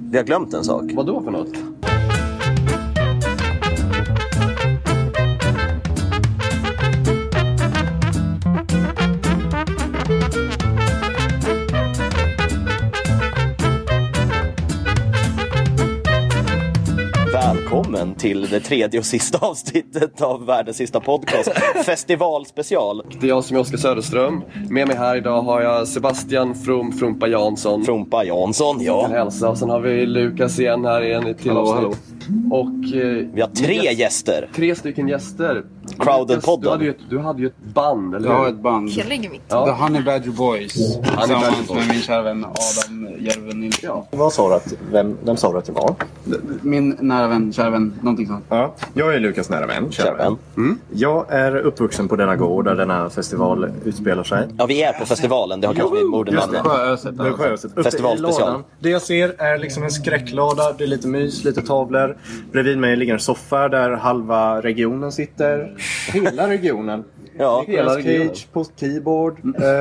Vi har glömt en sak. Vad då för något? Välkommen till det tredje och sista avsnittet av världens sista podcast, festivalspecial. Det är jag som är Oskar Söderström. Med mig här idag har jag Sebastian Frumpa Jansson. Frumpa Jansson, ja. Till hälsa. Och sen har vi Lukas igen här i en till avsnitt. Hallå. Och vi har tre gäster. 3 stycken gäster. Crowded-podden. Du hade ju ett band, eller hur? Jag har ett band. Ja. The Honey Badger Boys. Tillsammans med min kära vän Adam Järven Nilsson. Ja. Vad sa du att, vem sa du att det var? Min nära vän, kära vän, någonting sånt. Ja, jag är Lukas nära vän, kära vän. Jag är uppvuxen på denna gård där denna festival utspelar sig. Ja, vi är på festivalen, det har kanske vi morden namnet. Sjööset. Festivalspecial. Det jag ser är liksom en skräcklåda, det är lite mys, lite tavlor. Bredvid mig ligger en soffa där halva regionen sitter. Hela regionen. Ja, hela Cage på keyboard.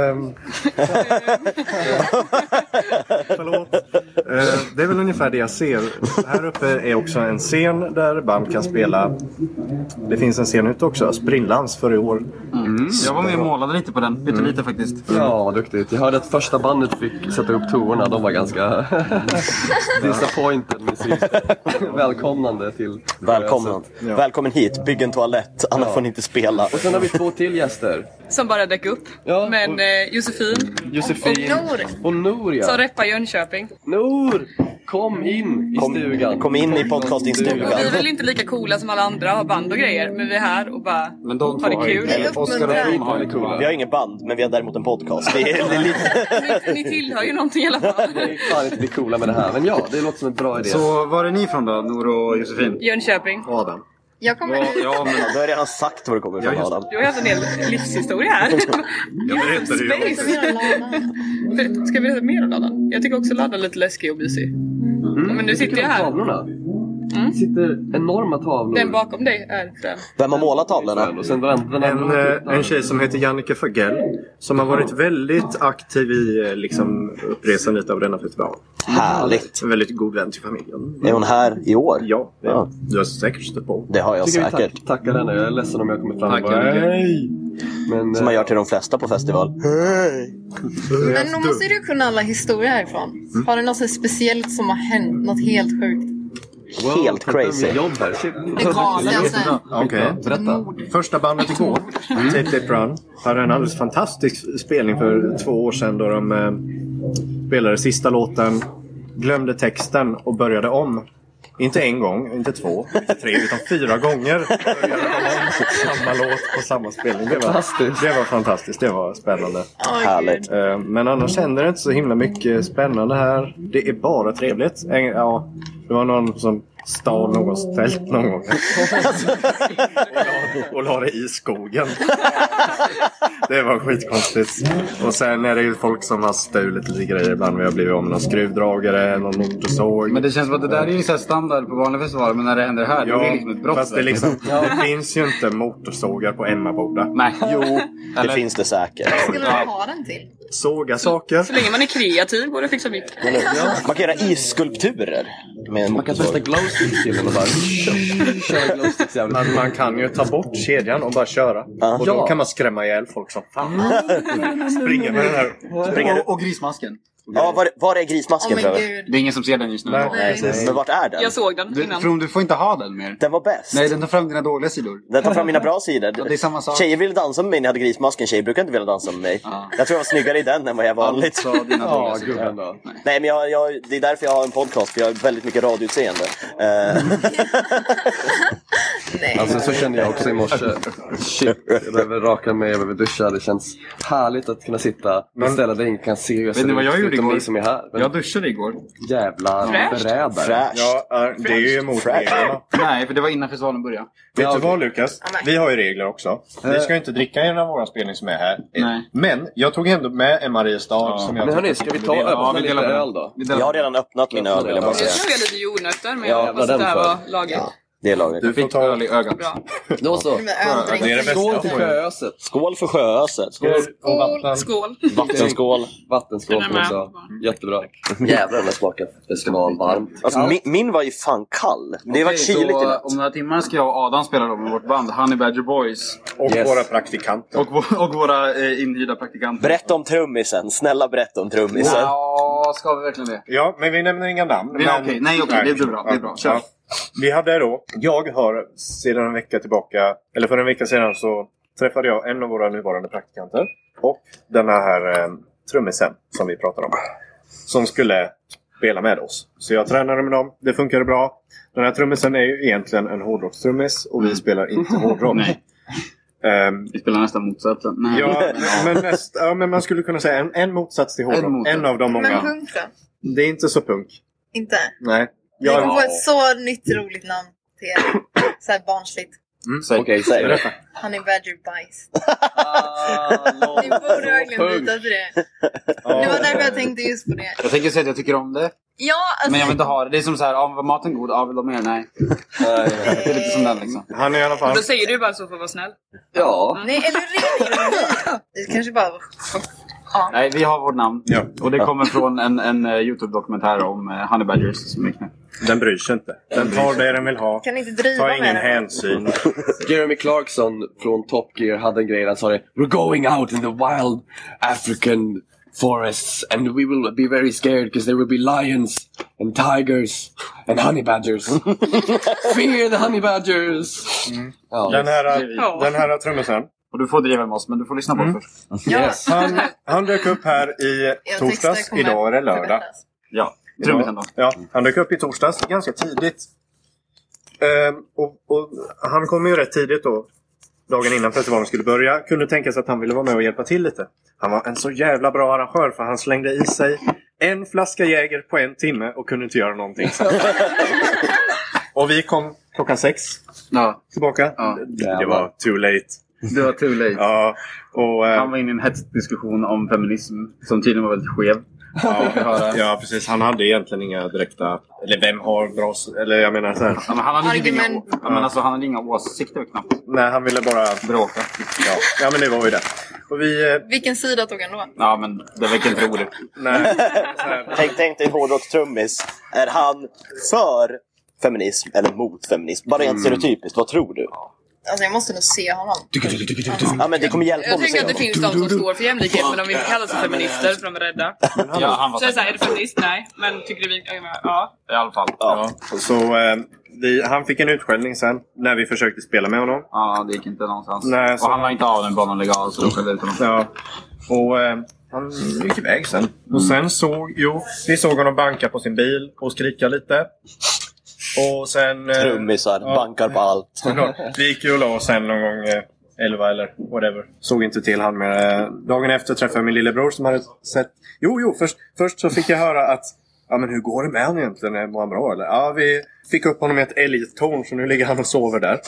Förlåt. Det är väl ungefär det jag ser. Här uppe är också en scen där band kan spela. Det finns en scen ute också, Sprillans för i år. Jag var med och målade lite på den, lite faktiskt. Ja, vad duktigt. Jag hörde att första bandet fick sätta upp tonerna. De var ganska disappointed med sig. Välkomnande till... Välkommen hit, bygg en toalett. Anna får ni inte spela. Och sen har vi 2 till gäster. Som bara dök upp. Ja, men Josefin och Nour, ja. Som reppar Jönköping. Nour, kom in i stugan. Kom in i podcastingstugan. Vi är väl inte lika coola som alla andra, har band och grejer. Men vi är här och bara har det kul. Oskar och Frim har det coola. Vi har ingen band, men vi har däremot en podcast. Det är lite... ni tillhör ju någonting i alla fall. Det är fan inte det coola med det här. Men ja, det låter som en bra idé. Så var är ni från då, Nour och Josefin? Jönköping. Adam. Jag kommer ja, men du har redan sagt var du kommer ifrån, Adam. Du har haft en del livshistoria här. Jag berättade ju. Ska vi berätta mer om Ladan? Jag tycker också Ladan är lite läskig och busig. Men nu sitter jag här. Tavlorna. Det sitter enorma tavlor. Den bakom dig är den. Vem har målat tavlorna? Och sen en tjej som heter Jannike Fagell, som har varit väldigt aktiv i liksom, uppresandet av denna festival. Härligt. En väldigt god vän till familjen. Är hon här i år? Ja. Du har säkert stött på. Det har jag säkert. Tackar henne, jag är ledsen om jag kommer fram. Hej! Men, som man gör till de flesta på festival. Hej! Men då måste du kunna alla historier härifrån. Har det något så speciellt som har hänt? Något helt sjukt? Helt crazy. Okej. Berätta. Första bandet igår, Tape Tape Run, hade en alldeles fantastisk spelning för 2 år sedan då de spelade sista låten, glömde texten och började om. Inte en gång, inte 2, inte 3, utan 4 gånger började de om samma låt på samma spelning. Det var fantastiskt, det var spännande. Härligt. Men annars händer det inte så himla mycket spännande här. Det är bara trevligt. Ja, det var någon som stal någons tält någon gång. och la det i skogen. Det var skitkonstigt. Och sen är det ju folk som har stulit lite grejer ibland. Vi har blivit om någon skruvdragare, någon motorsåg. Men det känns som att det där är ju så standard på vanliga festivaler. Men när det händer här, då är det liksom ett brott. Fast det, det finns ju inte motorsågar på Emmaboda. Nej. Jo, det finns det säkert. Vad skulle man ha den till? Såga saker. Så länge man är kreativ går det fixa mycket. Man kan göra isskulpturer med man kan testa glowsticks till den och bara köra glowsticks. Man kan ju ta bort kedjan och bara köra. Och då kan man skrämma ihjäl folk som fan. Springa med den här. Och grismasken. Ja, var är grismasken för? Det är ingen som ser den just nu. Nej. Men vart är den? Jag såg den innan. Du får inte ha den mer. Den var bäst. Nej, den tar fram dina dåliga sidor. Den tar fram mina bra sidor. Ja, det är samma sak. Tjejer ville dansa med mig när jag hade grismasken. Tjejer brukar inte vilja dansa med mig. Jag tror jag var snyggare i den än vad jag vanligt. Nej, men det är därför jag har en podcast. För jag har väldigt mycket radioutseende. Alltså så kände jag också i morse. Shit, jag behöver raka mig, jag behöver duscha. Det känns härligt att kunna sitta och ställa dig in, kan se hur jag ser ut. Vet ni vad jag gjorde igår? Som är här. Men jag duschade igår. Jävla förrädare. Fräscht. Ja, det är ju emot reglerna. Nej, för det var innan festivalen började. Vet du vad, Lukas? Vi har ju regler också. Vi ska inte dricka en av våra spelning som är här. Nej. Men jag tog ändå med en Mariestad som jag... Men hörni, ska vi ta öppna lite öl då? Jag har redan öppnat min öl, vill jag bara säga. Jag tror jag lite jordnötter, men Ja, jag måste där vara laget. Det är lagligt. Du fick öl i ögat. Bra. Då så. Skål till Sjööset. Skål för Sjööset. Skål. Vattenskål. Vattenskål också. Jättebra. Jävlar den smakar festivalvarmt. Alltså, min var ju fan kall. Det var kyligt i natt. Om några timmar ska jag och Adam spela med vårt band Honey Badger Boys. Och våra praktikanter. Och våra inhyrda praktikanter. Berätta om trummisen. Snälla berätta om trummisen. Ja, ska vi verkligen det? Ja, men vi nämner inga namn. Okej, det är bra. Det är bra. Kör. Ja. Vi hade då, jag har sedan en vecka tillbaka, eller för en vecka sedan så träffade jag en av våra nuvarande praktikanter och den här trummisen som vi pratade om. Som skulle spela med oss. Så jag tränade med dem, det funkade bra. Den här trummisen är ju egentligen en hårdrockstrummis och vi spelar inte hårdrock. Nej. Vi spelar nästan motsatsen. Nej. Ja, men man skulle kunna säga en motsats till hårdrock. En av de många. Men punk då? Det är inte så punk. Inte? Nej. Vi kommer få ett så nytt roligt namn till så här barnsligt. Okej, säg det. Honey Badger Bajs. Ni borde verkligen byta till det. Det var därför jag tänkte just på det. Jag tänker säga att jag tycker om det. Ja, alltså... Men jag vill inte ha det. Det är som så här, var maten god? Ja, vill de mer? Nej. Det är lite som den liksom. Han är i alla fall... Då säger du bara så för att vara snäll. Ja. Nej, eller ring. Det kanske bara... Ja. Nej, vi har vårt namn. Ja. Och det kommer från en YouTube-dokumentär om Honey Badgers som är knä. Den bryr sig inte. Den tar det den vill ha. Kan inte driva tar ingen med hänsyn. Jeremy Clarkson från Top Gear hade en grej. Han sa det. We're going out in the wild African forests and we will be very scared because there will be lions and tigers and honey badgers. Fear the honey badgers. Ja. Den här trummisen. Och du får driva med oss, men du får lyssna på det först. Yes. Han dök upp här i torsdags. Idag är det lördag. Ja, trummisen då. Ja, han dök upp i torsdags ganska tidigt. Och han kom ju rätt tidigt då. Dagen innan festivalen skulle börja. Kunde tänka sig att han ville vara med och hjälpa till lite. Han var en så jävla bra arrangör för han slängde i sig en flaska Jäger på 1 timme och kunde inte göra någonting. Och vi kom klockan 6 tillbaka. Ja. Det var too late. Det var too late. Ja, och, han var inne i en hetsdiskussion om feminism som tydligen var väldigt skev. Ja, precis. Han hade egentligen inga direkta... Eller vem har bra... Eller jag menar så här... Ja, men han hade inga åsikter knappt. Nej, han ville bara bråka. Ja, men det var ju det. Och Vilken sida tog han då? Ja, men det verkar inte roligt. Nej. Tänk dig hårdrockstrummis. Är han för feminism eller mot feminism? Bara rent stereotypiskt, vad tror du? Alltså jag måste nog se honom. Ja, men det kommer hjälpa. Jag tänker att det finns de som står för jämlikhet men de vill inte kalla sig feminister för de är rädda. Så jag säger, är det feminist? Nej. Men tycker du vi... Ja. I alla fall. Ja. Så han fick en utskällning sen när vi försökte spela med honom. Ja, det gick inte någonstans. Nej, och han var inte av den banan legal så då skällde ut honom. Ja. Och han gick iväg sen. Och sen vi såg honom banka på sin bil och skrika lite. Och sen... Trummisar, bankar på allt. Vi gick ju och la oss sen någon gång 11 eller whatever. Såg inte till han med. Dagen efter träffade jag min lillebror som hade sett... Först så fick jag höra att... Ja, men hur går det med han egentligen? Var han bra eller? Ja, vi fick upp honom i ett älgtorn så nu ligger han och sover där.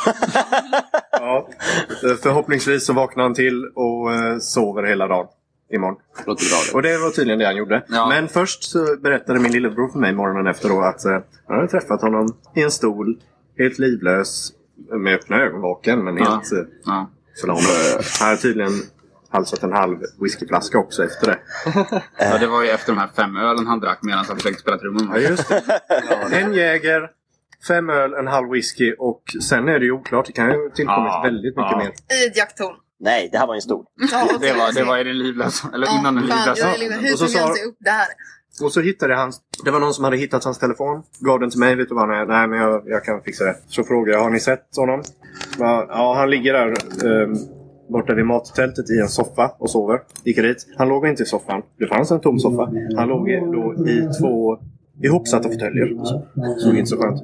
Ja, förhoppningsvis så vaknar han till och sover hela dagen. Imorgon. Och det var tydligen det han gjorde. Ja. Men först så berättade min lillebror för mig morgonen efter då att han hade träffat honom i en stol, helt livlös, med öppna ögonvaken, men helt förlamad. Han hade tydligen halsat en halv whiskyflaska också efter det. Ja, det var ju efter de här 5 ölen han drack medan han försökte spela trummor. Ja, just det. En Jäger, 5 öl, en halv whisky och sen är det ju oklart. Det kan ju tillkommit väldigt mycket mer. I ett jakttorn. Nej, det här var en stol. Det var i den livlösa. Eller innan den livlösa. Hur tog han sig upp det här? Och så hittade det var någon som hade hittat hans telefon. Gav den till mig, vet du vad? Nej, men jag kan fixa det. Så frågade jag, har ni sett honom? Ja, han ligger där borta vid mattältet i en soffa och sover. Gick dit. Han låg inte i soffan. Det fanns en tom soffa. Han låg då i 2 ihopsatta fåtöljer. Såg inte så skönt.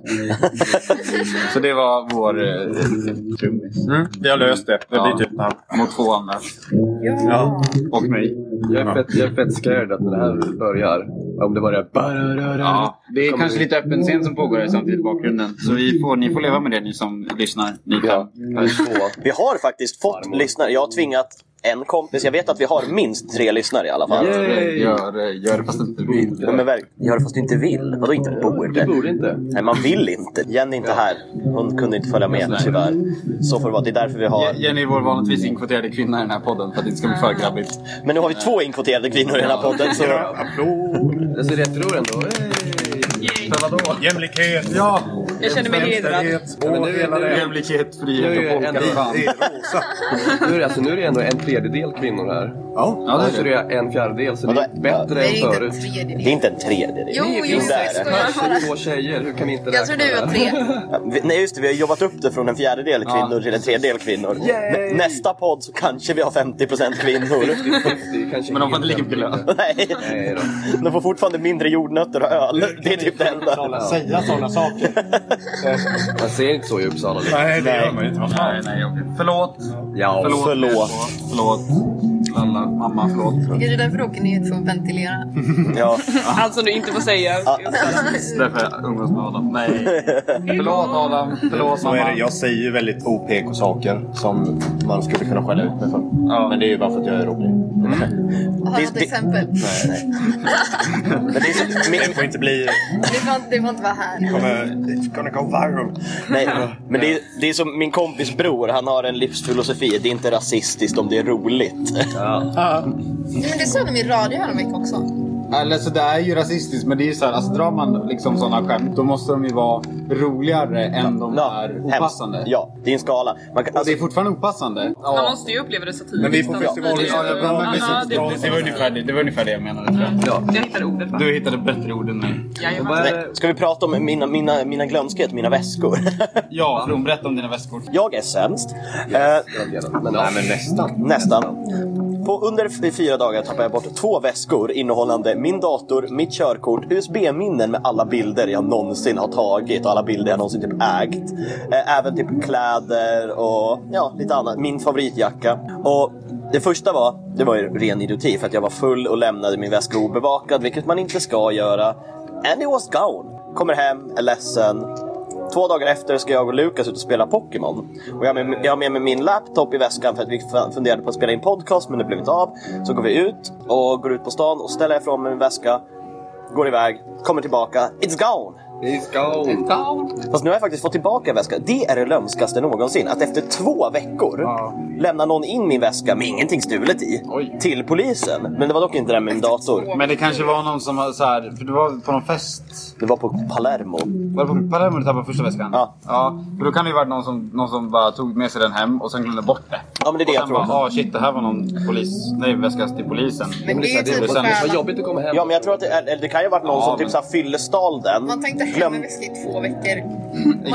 Så det var vår trummis. Vi har löst det. Det blir typ han. Mot 2 andra. Ja. Och mig. Jag är fett scared att när det här börjar. Om det börjar... Ja, det är kanske lite öppen scen som pågår här samtidigt i bakgrunden. Så ni får leva med det, ni som lyssnar. Ni kan. Vi har faktiskt fått lyssnare. Jag har tvingat en kompis. Jag vet att vi har minst 3 lyssnare i alla fall. Gör det fast inte vill. Gör det fast du inte vill. Vadå inte bor inte? Du bor inte. Nej, man vill inte. Jenny är inte här. Hon kunde inte följa med tyvärr. Så får det vara. Det är därför vi har... Jenny är vår vanligtvis inkvoterade kvinna i den här podden. För att det inte ska bli för grabbigt. Men nu har vi 2 inkvoterade kvinnor i den här podden. Så... Applåd! Det ser rätt roligt ändå. För vadå? Jämlikhet! Ja! Jag känner mig hedrad. Jämlikhet, frihet och folka. Det är rosa. Nu är det ändå 1/3 kvinnor här. Ja, Så det är 1/4, så det är bättre än förut. Det är inte en tredjedel. Jo, det är det. 2 tjejer, hur kan vi inte Jag tror du var 3. Nej just det, vi har jobbat upp det från en 1/4 kvinnor till en 1/3 kvinnor. Nästa podd så kanske vi har 50% kvinnor. Men de får inte lika mycket lön. Nej då. De får fortfarande mindre jordnötter och öl. Det är typ det enda. Säga sådana saker. Man ser inte så i Uppsala. Nej, det gör man inte. Nej, okej. Förlåt. Ja, Förlåt. Lalla, mamma, förlåt. Det är därför åker ni ut för att ventilera. Ja. Alltså du inte får säga. Därför jag umgås med Adam. Nej. Förlåt Adam. Förlåt Så är mamma. det. Jag säger ju väldigt OPK-saker som man skulle kunna skälla ut mig för. Ja. Men det är ju bara för att jag är rolig. Har du något exempel? Nej. Men det är så... Det får inte bli... Det får inte vara här. It's gonna go viral. Nej, men det är som min kompis bror. Han har en livsfilosofi. Det är inte rasistiskt om det är roligt. Men det sa de i radio här en vecka också. Alltså det är ju rasistiskt, men det är ju så här, alltså drar man liksom sådana skämt, då måste de ju vara roligare än de är opassande. Ja, det är en skala. Och det är fortfarande opassande. Man måste ju uppleva det satiriskt. Men vi får festival. Det var ungefär det jag menade, tror jag. Jag hittade ordet. Du hittade bättre ord än mig. Nej, ska vi prata om mina glömskhet, mina väskor? Ja, Flom, berätta om dina väskor. Jag är sämst. Men Nästan. På under 4 dagar tappade jag bort 2 väskor innehållande min dator, mitt körkort, USB-minnen med alla bilder jag någonsin har tagit och alla bilder jag någonsin typ ägt. Även typ kläder och lite annat. Min favoritjacka. Och det första var ju ren idioti för att jag var full och lämnade min väska obevakad, vilket man inte ska göra. And it was gone. Kommer hem, är ledsen. 2 dagar efter ska jag och Lukas ut och spela Pokémon. Och jag har med mig min laptop i väskan för att vi funderade på att spela in podcast, men det blev inte av. Så går vi ut och går ut på stan och ställer ifrån mig min väska. Går iväg, kommer tillbaka. It's gone! Fast nu har jag faktiskt fått tillbaka väskan. Det är det lömskaste någonsin. Att efter 2 veckor lämnar någon in min väska med ingenting stulet i till polisen. Men det var dock inte det med min dator. Men det kanske var någon som var så här, för du var på någon fest. Det var på Palermo. Var det på Palermo du tappade första väskan? Ja, för då kan det ju vara någon som bara tog med sig den hem och sen glömde bort det. Ja, men det är det jag tror. Shit, det här var någon väska till polisen. Men det är ju typ det var jobbigt att komma hem. Ja, men jag tror att det kan ju ha varit någon som typ så här fyllestal den. Man tänkte hem en väska i 2 veckor.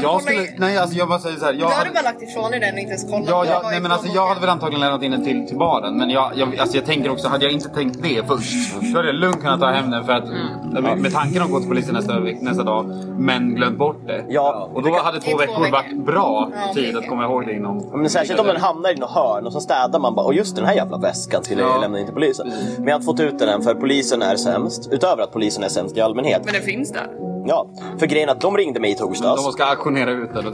Jag bara säger så här. Du hade bara lagt ifrån dig den och inte ens kollat. Nej, men alltså jag hade väl antagligen lämnat in den till baren. Men jag tänker också, hade jag inte tänkt det först, så hade jag lugnt kunnat ta hem den för att med tanken att gå till polisen nästa dag, men glömt bort det. Ja. Och då hade 2 veckor varit bra tid att komma ihåg det inom. Men särskilt om den hamnar i något hörn och så städar man bara, och just den här jävla väskan skulle jag lämna in till polisen. Men jag har inte fått ut den för polisen är sämst. Utöver att polisen är sämst i allmänhet. Men det finns där. Ja, för grejen att de ringde mig i torsdags. De ska aktionera ut den.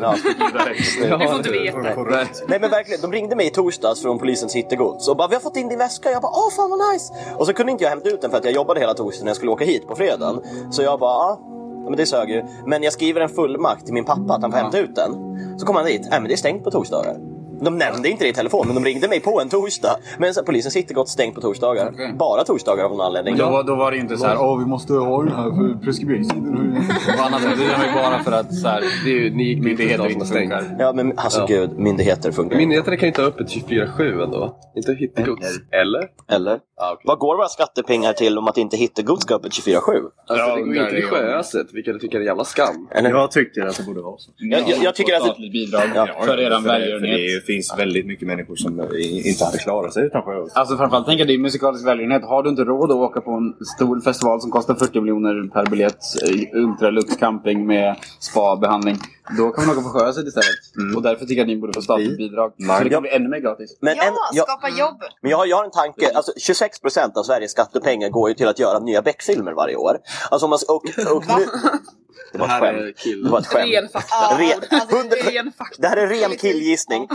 Du får inte veta. Nej men verkligen, de ringde mig i torsdags från polisens hittegods och bara, vi har fått in din väska. Jag bara, fan vad nice. Och så kunde inte jag hämta ut den för att jag jobbade hela torsdagen när jag skulle åka hit på fredagen. Så jag bara, men det sög ju. Men jag skriver en fullmakt till min pappa att han får hämta ut den. Så kommer han dit, men det är stängt på torsdagar. De nämnde inte det i telefon, men de ringde mig på en torsdag. Men så, polisen sitter gott stängt på torsdagar. Okay. Bara torsdagar av någon anledning. Då var det inte så här, vi måste ha den här för preskriberingstiden. Det var bara för att så här, det är ju myndigheter inte funkar. Ja, men alltså gud, myndigheter funkar. Myndigheter kan inte ha öppet 24/7 ändå. Inte hittegods. Eller? Okay. Vad går våra skattepengar till om att inte hittegods ska öppet 24/7? Alltså det går inte till sjööset, vilket jag tycker är en jävla skam. Jag tycker att det borde vara så. Jag tycker att statligt bidrag för eran välgörenhet. Det finns väldigt mycket människor som inte hade klarat sig utan sjööset. Alltså framförallt tänker jag, det är musikalisk välgörenhet. Har du inte råd att åka på en stor festival som kostar 40 miljoner per biljett, ultralux camping med spa-behandling, då kan man åka på sjööset istället. Och därför tycker jag att ni borde få statligt bidrag. Så det kan bli ännu mer gratis. Men skapa jobb. Men jag har en tanke. Alltså 26% av Sveriges skattepengar går ju till att göra nya Beck-filmer varje år. Alltså om man, och nu, Det var ett skämt. Det var ett skämt. Ren fakta. Ren fakta. Det här är ren killgissning.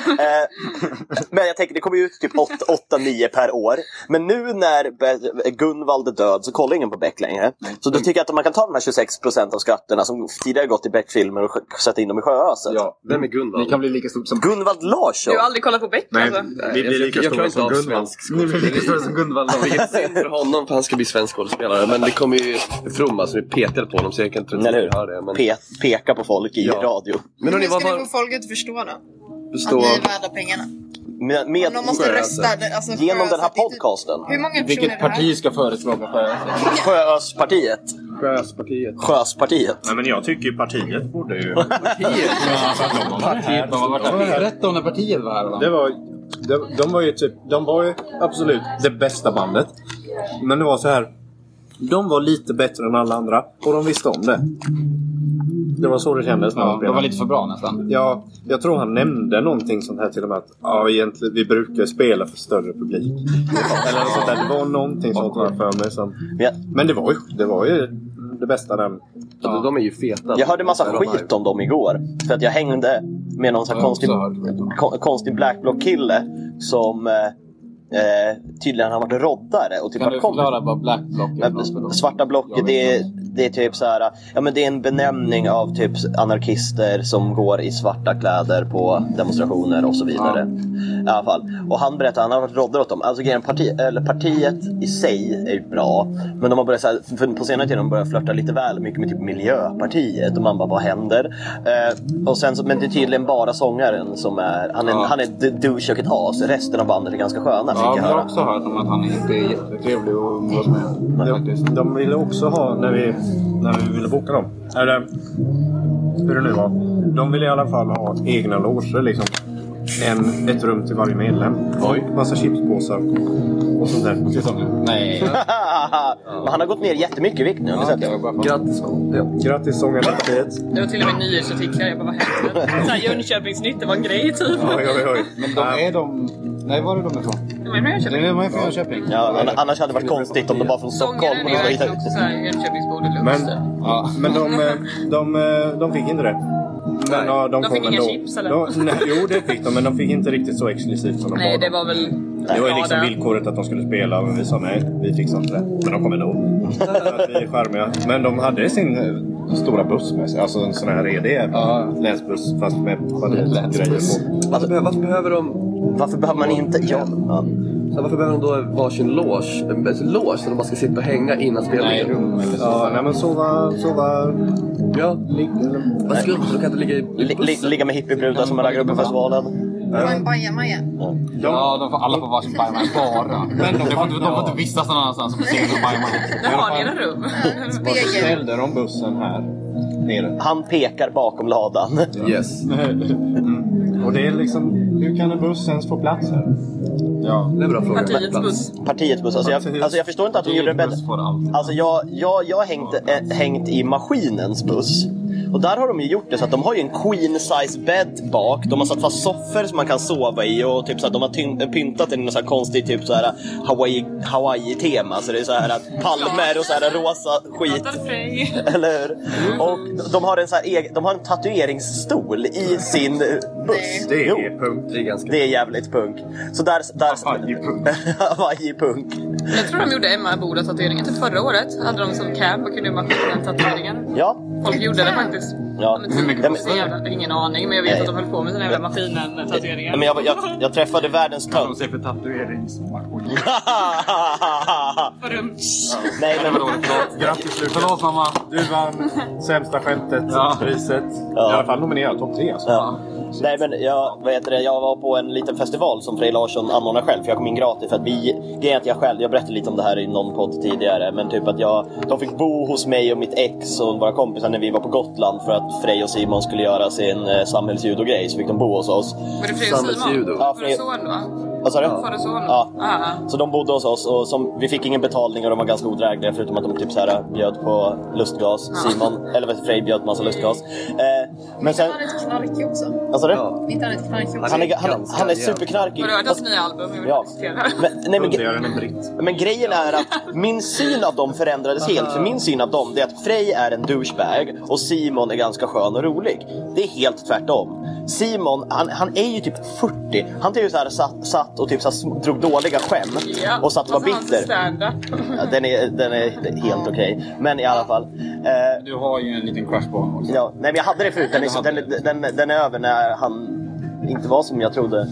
Men jag tänker, det kommer ju ut typ 8-9 per år. Men nu när Gunvald är död så kollar ingen på Beck längre. Så då tycker jag att man kan ta de här 26% av skatterna som tidigare gått till Beck-filmer och sätta in dem i Sjööset. Ja, vem är Gunvald? Ni kan bli lika stort som Gunvald Larsson. Du har aldrig kollat på Beck alltså? Vi blir lika stora som Gunvald. Ni blir lika stora som Gunvald. Vilket synd för honom, för han ska bli svensk skådespelare. Men det kommer ju frumma så det petar på honom så jag kan inte höra det. Men... Peka på folk i radio. Men hur ska ni få folk att förstå då? Att ni är värda pengarna? Med de måste rösta alltså, genom den här podcasten. Hur många personer vilket parti ska förespråka Sjööspartiet? Sjöspartiet. Nej, men jag tycker ju partiet borde ju... Partiet har varit här. Berätta om när partiet var här då. De var ju typ... De var ju absolut det bästa bandet. Men det var så här... De var lite bättre än alla andra. Och de visste om det. Det var så det kändes när de spelade. De var lite för bra nästan. Ja, jag tror han nämnde någonting sånt här till och med att egentligen vi brukar spela för större publik. Eller något sånt där. Det var någonting sånt var för mig som... Men det var ju det bästa den. Ja. De är ju feta. Jag hörde massa skit om dem igår. För att jag hängde med någon sån här konstig blackblock-kille som... tydligen har varit roddare och typ kan du förklara vad Black Block är? Svarta blocket det är typ så här, ja men det är en benämning av typ anarkister som går i svarta kläder på demonstrationer och så vidare. I alla fall. Och han berättade han har varit roddare åt dem. Alltså partiet i sig är ju bra, men de har börjat så här, för på senare tid de börjat flirta lite väl mycket med typ Miljöpartiet och man bara, vad händer? Och sen så, men det är tydligen bara sångaren som är han är douche och ett as. Resten av bandet är ganska sköna. Ja, jag har också hört om att han inte är jättetrevlig och umgås med. De ville också ha, när vi ville boka dem. Eller hur det nu var. De ville i alla fall ha egna loger liksom. Ett rum till varje medlem. Massa chipspåsar och sånt där. Nej. Men han har gått ner jättemycket i vikt nu. Grattis sångarpartiet. Det var till och med nyhetsartiklar. Jag bara, vad hände? Såhär Jönköpingsnytt, det var en grej typ. Oj. Men nej, var är de ifrån? De är från Jönköping. Ja, annars hade det varit konstigt om de var från Stockholm. Sångaren är verkligen också såhär Jönköpingsbord och Men de fick inte det. Men, de fick inga chips eller? Jo, det fick de, men de fick inte riktigt så exklusivt som de nej, det var väl... Det var ju liksom villkoret att de skulle spela, men vi sa nej, vi fixar inte det. Men de kommer nog. Vi är charmiga. Men de hade sin stora buss med sig, alltså en sån här länsbuss fast med grejer på. Varför behöver de... Varför behöver man inte... Varför behöver de då varsin loge? En loge så de bara ska sitta och hänga innan spelningen? Nej, men sova... Ja, vad skumt, de kan inte ligga i bussen. Ligga med hippiebrudar som man raggar upp på festivalen. Det var en bajamaja. Ja, de får alla på varsin bajamaja bara. Men de får inte vistas någon annanstans som ser en bajamaja. Där har ni era rum. Varför ställde de bussen här nere? Han pekar bakom ladan. Yes. Och det är liksom, hur kan en buss ens få plats här? Ja, det är bra fråga. Partiets buss. Alltså jag förstår inte att de gjorde det bättre. Alltså jag har hängt i maskinens buss. Och där har de ju gjort det så att de har ju en queen size bed bak. De har satt fast soffor som man kan sova i. Och typ så att de har pyntat den i något så här konstigt typ så här Hawaii-tema. Så det är så här palmer och så här rosa skit. Eller hur? Och de har en så här de har en tatueringsstol i sin buss. Det är punk. Det är jävligt punk. Så där Hawaii-punk. Jag tror de gjorde Emma-Boda-tatueringen till förra året. Hade de som camp och kunde göra tatueringen. Ja. Folk gjorde det faktiskt. Ja. Ingen aning, men jag vet att de höll på med såna jävla maskinen-tatueringar. Men jag träffade världens tönt. De ser för tatueringsmaskin. Nej, men grattis, förlåt mamma. Du vann sämsta skämtet, priset. I alla fall nominerad topp 3 alltså. Ja. Nej, men jag var på en liten festival som Frej Larsson anordnade själv. För jag kom in gratis för att jag berättade lite om det här i någon podd tidigare. Men typ att de fick bo hos mig och mitt ex och våra kompisar när vi var på Gotland. För att Frej och Simon skulle göra sin samhällsjudo-grej. Så fick de bo hos oss. Var det Frej och Simon? Ja, Frej och son då? Vad sa du? Ja. Så de bodde hos oss och vi fick ingen betalning och de var ganska odrägliga förutom att de typ så här bjöd på lustgas. Simon, eller Frej bjöd massa lustgas. Men sen... Han är lite knarkig också. Alltså det? Ja. Inte han är lite knarkig också. Han är superknarkig. Har du hört hans nya album? Ja. Men grejen är att min syn av dem förändrades helt. För min syn av dem, det är att Frej är en douchebag och Simon är ganska skön och rolig. Det är helt tvärtom. Simon, han är ju typ 40. Han är ju så här satt och typ så här drog dåliga skämt och satt och var bitter. Ja, den är helt okej. Men i alla fall. Du har ju en liten crush på honom också. Ja, nej men jag hade det förut. Den är över när han inte var som jag trodde.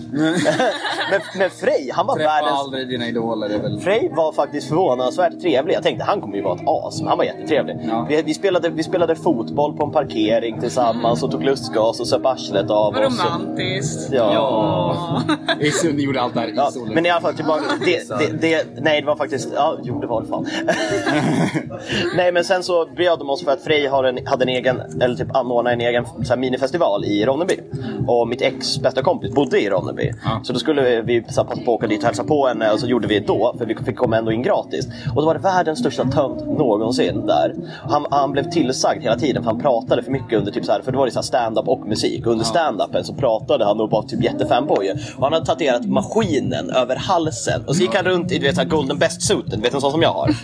men Frej, han var världens... aldrig dina idoler, det är väl... Frej var faktiskt förvånansvärt trevlig. Jag tänkte han kommer ju vara ett as, men han var jättetrevlig. Ja. Vi spelade fotboll på en parkering tillsammans och tog lustgas och söp arslet av oss. Vad romantiskt. Ja. Ni gjorde allt där i solen. Men i alla fall tillbaka... Nej, det var faktiskt... Ja, jo, det var det fan. Nej, men sen så bjöd de oss för att Frej hade en egen... Eller typ anordnade en egen så här, minifestival i Ronneby. Och mitt bästa kompis bodde i Ronneby. Så då skulle vi passa på att åka dit och hälsa på henne. Och så gjorde vi det då, för vi fick komma ändå in gratis. Och då var det världens största tönt någonsin där. Han blev tillsagd hela tiden, för han pratade för mycket under typ så här, för då var det så här stand-up och musik. Och under stand-upen så pratade han och var typ jättefanboy. Och han hade tatuerat maskinen över halsen. Och så gick han runt i så här Golden Best-suiten, vet du, sån som jag har.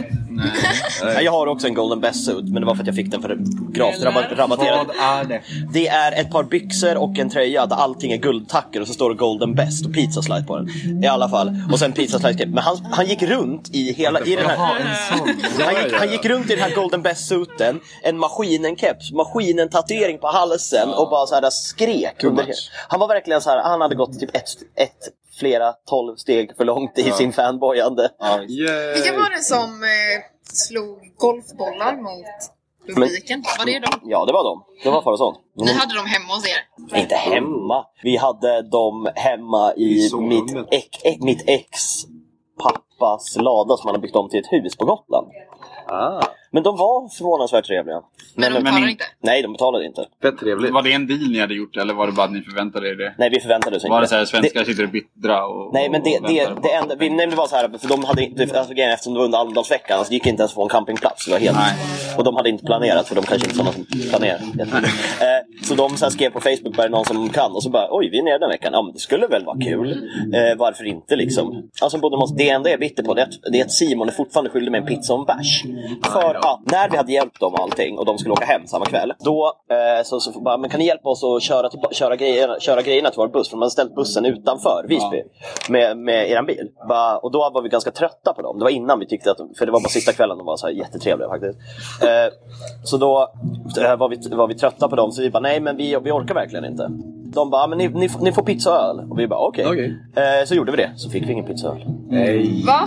Nej. Jag har också en Golden Best suit, men det var för att jag fick den för gravt rabatterad. Vad är det? Det är ett par byxor och en tröja där allting är guldtacker och så står det Golden Best och pizza slice på den. I alla fall. Och sen pizza slice. Men han gick runt i hela i den här. Han gick runt i den här Golden Best suiten, en maskinen-keps, maskinen tatuering på halsen och bara så här skrek under. Han var verkligen så här, han hade gått typ flera 12 steg för långt i sin fanboyande. Vilka var det som slog golfbollar mot publiken? Var det de? Ja, det var de. Det var för sånt. Ni hade dem hemma hos er? Inte hemma. Vi hade dem hemma i mitt ex pappas lada som han hade byggt om till ett hus på Gotland. Men de var förvånansvärt trevliga. Men de betalade inte? Nej, de betalade inte. Trevligt. Var det en deal ni hade gjort, eller var det bara att ni förväntade er det? Nej, vi förväntade oss inte. Var det så här, svenskar sitter och bittra och... Nej, men det enda... Det var så här, för de hade inte... Alltså, eftersom det var under Almedalsveckan, alltså, det gick inte ens få en campingplats. Det var helt... Nej. Och de hade inte planerat, för de kanske inte sådana som planerar. Så de så här, skrev på Facebook, bara någon som kan. Och så bara, oj, vi är nere den veckan. Ja, men det skulle väl vara kul. Varför inte, liksom? Alltså, det enda jag är bitter på, det är att Simon är fortfarande skyldig med en pizza och en bärs. För när vi hade hjälpt dem allting och de skulle åka hem samma kväll, då så bara, men kan ni hjälpa oss att köra grejerna till vår buss? För de hade ställt bussen utanför Visby med eran bil. Och då var vi ganska trötta på dem. Det var innan vi tyckte att, för det var bara sista kvällen, de var så här jättetrevliga faktiskt. Så då var vi trötta på dem, så vi bara, nej men vi orkar verkligen inte. De bara, men ni får pizza och öl. Och vi bara, okej. Så gjorde vi det, så fick vi ingen pizza och öl. Va?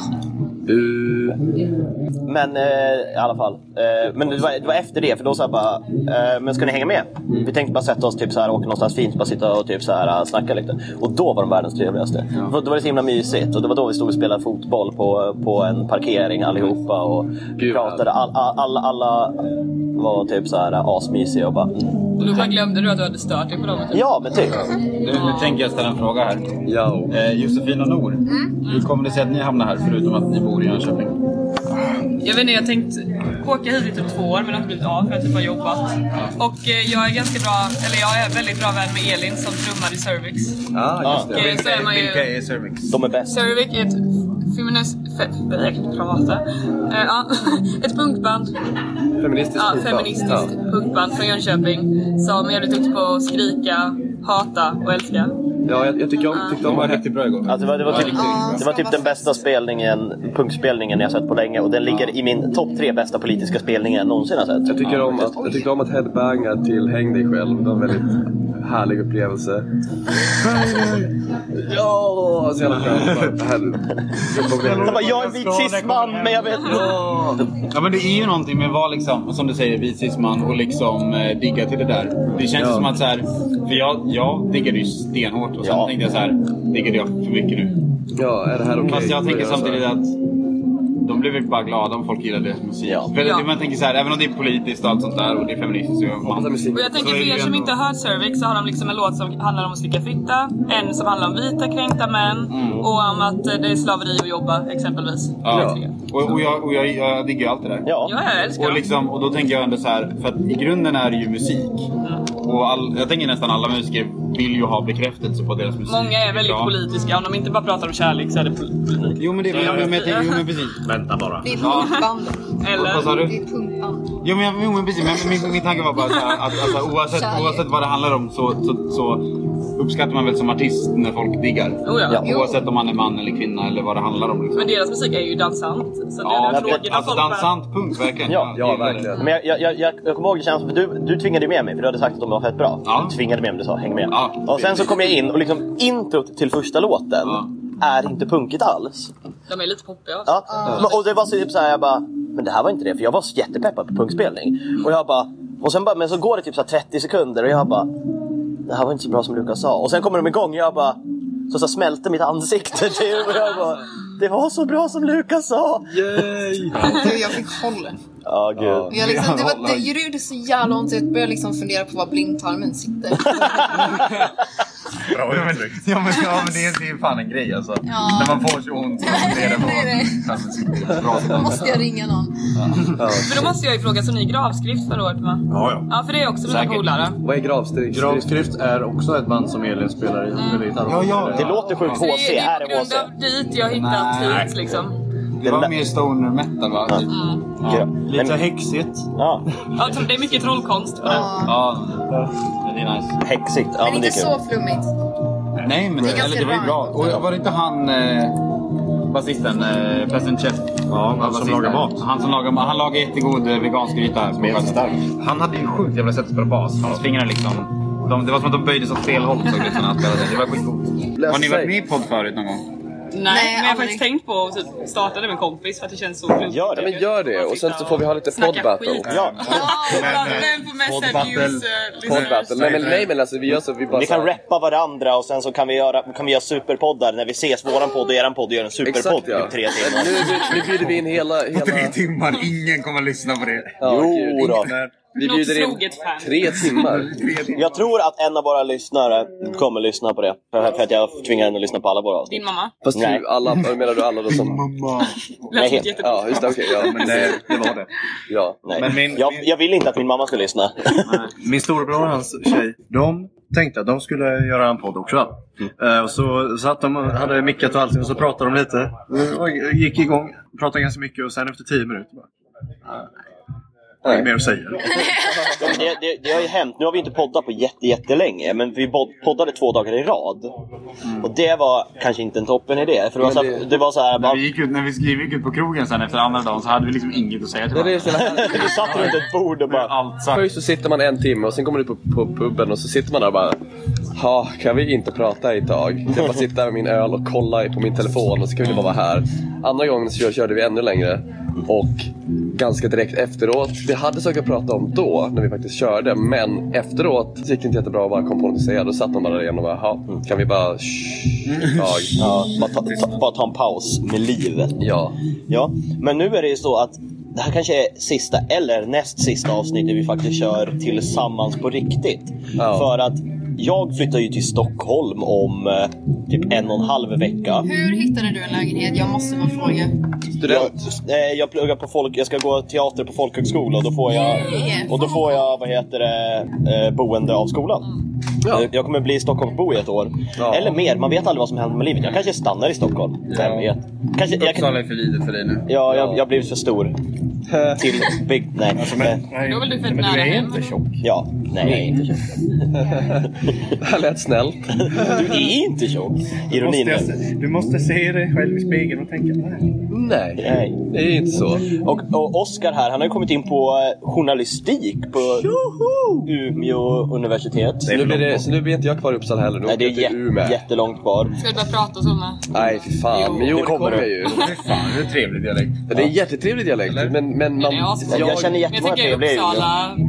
Men i alla fall men det var efter det, för då så här bara men ska ni hänga med? Vi tänkte bara sätta oss typ så här, åka någonstans fint, bara sitta och typ så här snacka lite. Och då var de världens trevligaste. Då var det så himla mysigt. Och det var då vi stod och spelade fotboll på en parkering allihopa. Och pratade, alla var typ så här asmysiga och bara Och då glömde du att du hade stört dig på dem? Typ. Ja, men typ. Nu tänker jag ställa en fråga här. Josefin och Nor, hur kommer det sig att ni hamnar här, förutom att ni bor i Jönköping? Jag vet inte, jag tänkte åka hit i typ 2 år, men har inte blivit av för att jag typ har jobbat. Och jag är väldigt bra vän med Elin som trummar i Cervix. Just det. Så är man ju... Vilka är Cervix? De är bäst. Cervix är ett ett punkband. Feministiskt punkband från Jönköping som är väldigt duktig på att skrika, hata och älska. Ja, jag tyckte de var riktigt bra igår. Alltså, det var typ den bästa punkspelningen jag sett på länge. Och den ligger i min topp 3 bästa politiska spelningar jag någonsin har sett. Jag tycker om att headbanga till Häng dig själv. Det var en väldigt härlig upplevelse. Ja, så jävla jag är en vit cisman, men jag vet. Ja, men det är ju någonting med vad liksom, som du säger, vit cisman och liksom digga till det där. Det känns som att så här, för jag diggade ju stenhårt och sen tänkte jag så här, diggade jag för mycket nu. Ja, är det här okej? Fast jag tänker samtidigt att de blir väl bara glada om folk gillar deras musik. Ja. För man tänker så här, även om det är politiskt och allt sånt där och det är feministiskt och jag tänker för er som inte har hört Cervix så har de liksom en låt som handlar om att slicka fitta, en som handlar om vita kränkta män och om att det är slaveri att jobba exempelvis. Ja. Och jag digger allt det där. Ja, jag älskar och, liksom, och då tänker jag ändå så här, för att i grunden är det ju musik. Och jag tänker nästan alla musiker vill ju ha bekräftelse på deras musik. Många är väldigt politiska. Om de inte bara pratar om kärlek så är det politik. Jo men det är men precis. Vänta bara. Det är punkband. Eller? Vad sa du? Det är punkband. Jo men precis. Men min tanke var bara så här, att alltså, oavsett vad det handlar om så uppskattar man väl som artist när folk diggar. Oavsett om man är man eller kvinna eller vad det handlar om. Liksom. Men deras musik är ju dansant. Så ja, det är alltså dansant punkt verkligen. Ja, verkligen. Men jag kommer ihåg det känns för du tvingade med mig för du hade sagt att de var fett bra. Ja. Du tvingade med mig, du sa häng med. Ja. Och sen så kom jag in och liksom introt till första låten är inte punkigt alls. De är lite poppiga. Ja. Och det var så typ så här, jag bara, men det här var inte det för jag var så jättepeppad på punkspelning. Och jag bara, och sen bara, men så går det typ så 30 sekunder och jag bara, det här var inte så bra som Lukas sa. Och sen kommer de igång och jag bara, så smälte mitt ansikte typ. Och jag bara, det var så bra som Lukas sa. Yay! Jag fick hålla. Ja, gud. Jag liksom, det gjorde så jävla ont. Jag började liksom fundera på var blindtarmen sitter. Bra uttryck. Ja men det är fan en grej alltså. Ja. När man får så ont så då måste jag ringa någon. Men då måste jag ju fråga, så ni gravskrift förra året va? Ja. För det är också mina polare. Vad är gravskrift? Gravskrift är också ett band som Elin spelar i. Ja. Det låter sjukt Så HC, det här är på är grund HC. av dit jag hittat hit liksom. Det var mer stoner metal va? Lite häxigt. Ja. Ja, det är mycket trollkonst på det. Ja, det är nice. Häxigt. Ja, Men men det inte är kul. så flummigt. Nej men det var ju bra. Och var det inte han basisten, Peasant Chef? Ja, han som lagar mat. Han lagar jättegod vegansk gryta. Han hade ju sjukt jävla sätt att spela bas. Hans fingrar liksom. Det var som att de böjdes åt fel håll. Så liksom, han spelade. Det var skitcoolt. Har ni varit med i podd förut någon gång? Nej, men jag har faktiskt tänkt på att typ starta det med en kompis för att det känns så kul. Gör det. Men gör det och sen så får vi ha lite poddbattle. Ja. Vem får mest abuse? Poddbattle. Nej men alltså vi gör så vi bara Vi kan rappa varandra och sen så kan vi göra superpoddar när vi ses, våran podd och eran podd och gör en superpodd i 3 timmar. Nu bjuder vi in hela 3 timmar, ingen kommer att lyssna på det. Jo då. Vi bjuder in 3 timmar. Jag tror att en av våra lyssnare kommer lyssna på det. För att jag tvingar henne att lyssna på alla våra avsnitt. Din mamma? Fast du, alla, menar du alla då som... Lät inte jättebra. Ja, just det, okej. Ja, men det var det. Ja. Nej. Men jag vill inte att min mamma ska lyssna. Min storebror och hans tjej, de tänkte att de skulle göra en podd också. Och så satt de och hade mickat och allting och så pratade de lite. Och gick igång, pratade ganska mycket och sen efter 10 minuter bara... Vad är mer att säga? Det har ju hänt. Nu har vi inte poddat på jättelänge. Men vi poddade 2 dagar i rad. Och det var kanske inte en toppen idé. För det var så här bara... När vi gick ut på krogen sen efter andra dagen så hade vi liksom inget att säga till varandra. Vi satt runt ett bord och bara... Först så sitter man 1 timme och sen kommer du på puben och så sitter man där och bara... Ja, kan vi inte prata ett tag? Jag bara sitter där med min öl och kolla på min telefon och så kan vi bara vara här. Andra gången så körde vi ännu längre. Och ganska direkt efteråt, vi hade saker att prata om då när vi faktiskt körde, men efteråt gick det inte jättebra att bara komma på något att säga. Då satt man bara där igen och bara, kan vi bara bara ta en paus med livet. Ja, men nu är det ju så att det här kanske är sista eller näst sista avsnittet vi faktiskt kör tillsammans på riktigt. För att jag flyttar ju till Stockholm om typ 1,5 vecka. Hur hittade du en lägenhet? Jag måste bara fråga. Student. Jag pluggar på jag ska gå teater på folkhögskola och då får jag boende av skolan. Jag kommer bli Stockholmsbo i 1 år. Eller mer, man vet aldrig vad som händer med livet. Jag kanske stannar i Stockholm. Vem vet? Uppsala är för litet för dig nu. Ja, jag har blivit för stor. Till big, nej. Då vill du fett nära hem. Du är inte tjock. Ja, nej, inte tjock. Det lät snällt. Du är inte tjock. Ironin. Du måste se dig själv i spegeln och tänka Nej, det är inte så. Och Oskar här, han har ju kommit in på journalistik på Umeå universitet. Så nu blir inte jag kvar i Uppsala heller. Nej, det är jättelångt kvar. Ska du bara prata så med? Nej, fy fan. Men jo, det kommer ju. Fan, det är trevlig dialekt. Det är en jättetrevlig dialekt. Men man... Jag känner jättemånga trevliga. Uppsala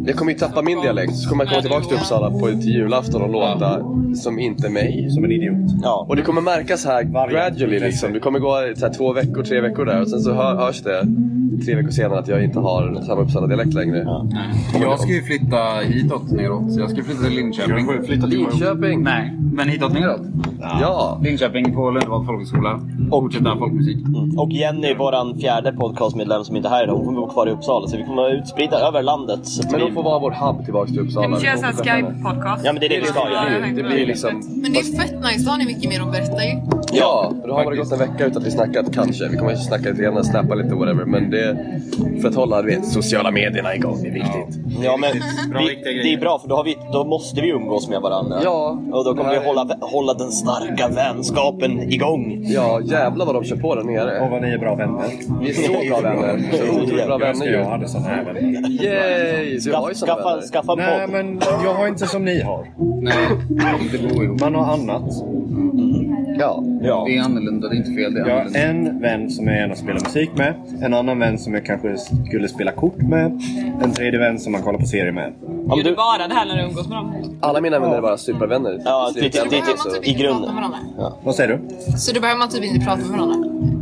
Jag kommer ju tappa min dialekt. Så kommer jag komma tillbaka till Uppsala till julafton och låta som inte mig. Som en idiot. Ja. Och det kommer märkas här gradually liksom. Det kommer gå så här 2 veckor, 3 veckor där. Och sen så hörs det 3 veckor senare att jag inte har samma Uppsala-dialekt längre. Ja. Jag ska ju flytta hitåt neråt. Så jag ska flytta till Linköping. Flytta till Linköping? Nej, men hitåt neråt. Ja. Linköping på Lundevall folkhögskola. Och fortsätta folkmusik. Och Jenny, våran 4:e podcastmedlem som inte är här idag, hon kommer bo kvar i Uppsala. Så vi kommer vara utspridda över landet. Men de får vara vår hub tillbaka till Uppsala. Vi måste göra en Skype-podcast. Ja, men det är det vi ska göra. Det blir liksom... Men det är fett nice, då har ni mycket mer att berätta ju. Ja, då har det gått en vecka utan att vi snackat kanske. Vi kommer att snacka lite grann, släppa lite whatever. Men det för att hålla sociala medierna igång, det är viktigt. Ja, men det är bra för då måste vi umgås med varandra. Ja. Och då kommer vi hålla den starka vänskapen igång. Ja, jävlar vad de kör på där nere. Och vad ni är bra vänner. Vi är så bra vänner. Så otroligt bra vänner ju. Jag hade sån här vänner. Yay! Så jag har ju såna vänner. Skaffa en Nej, podd. men jag har inte som ni har. Nej, det bor ju. Man har annat. Ja. Det är annorlunda, det är inte fel. Det är Jag har annorlunda. en vän som jag gärna spelar musik med. En annan vän som jag kanske skulle spela kort med. En tredje vän som man kollar på serier med. Gör du bara det här när du umgås med dem? Alla mina vänner är bara supervänner. Ja, Så då behöver man typ i inte grunden. prata med varandra. Ja. Vad säger du? Så då behöver man typ inte prata med varandra.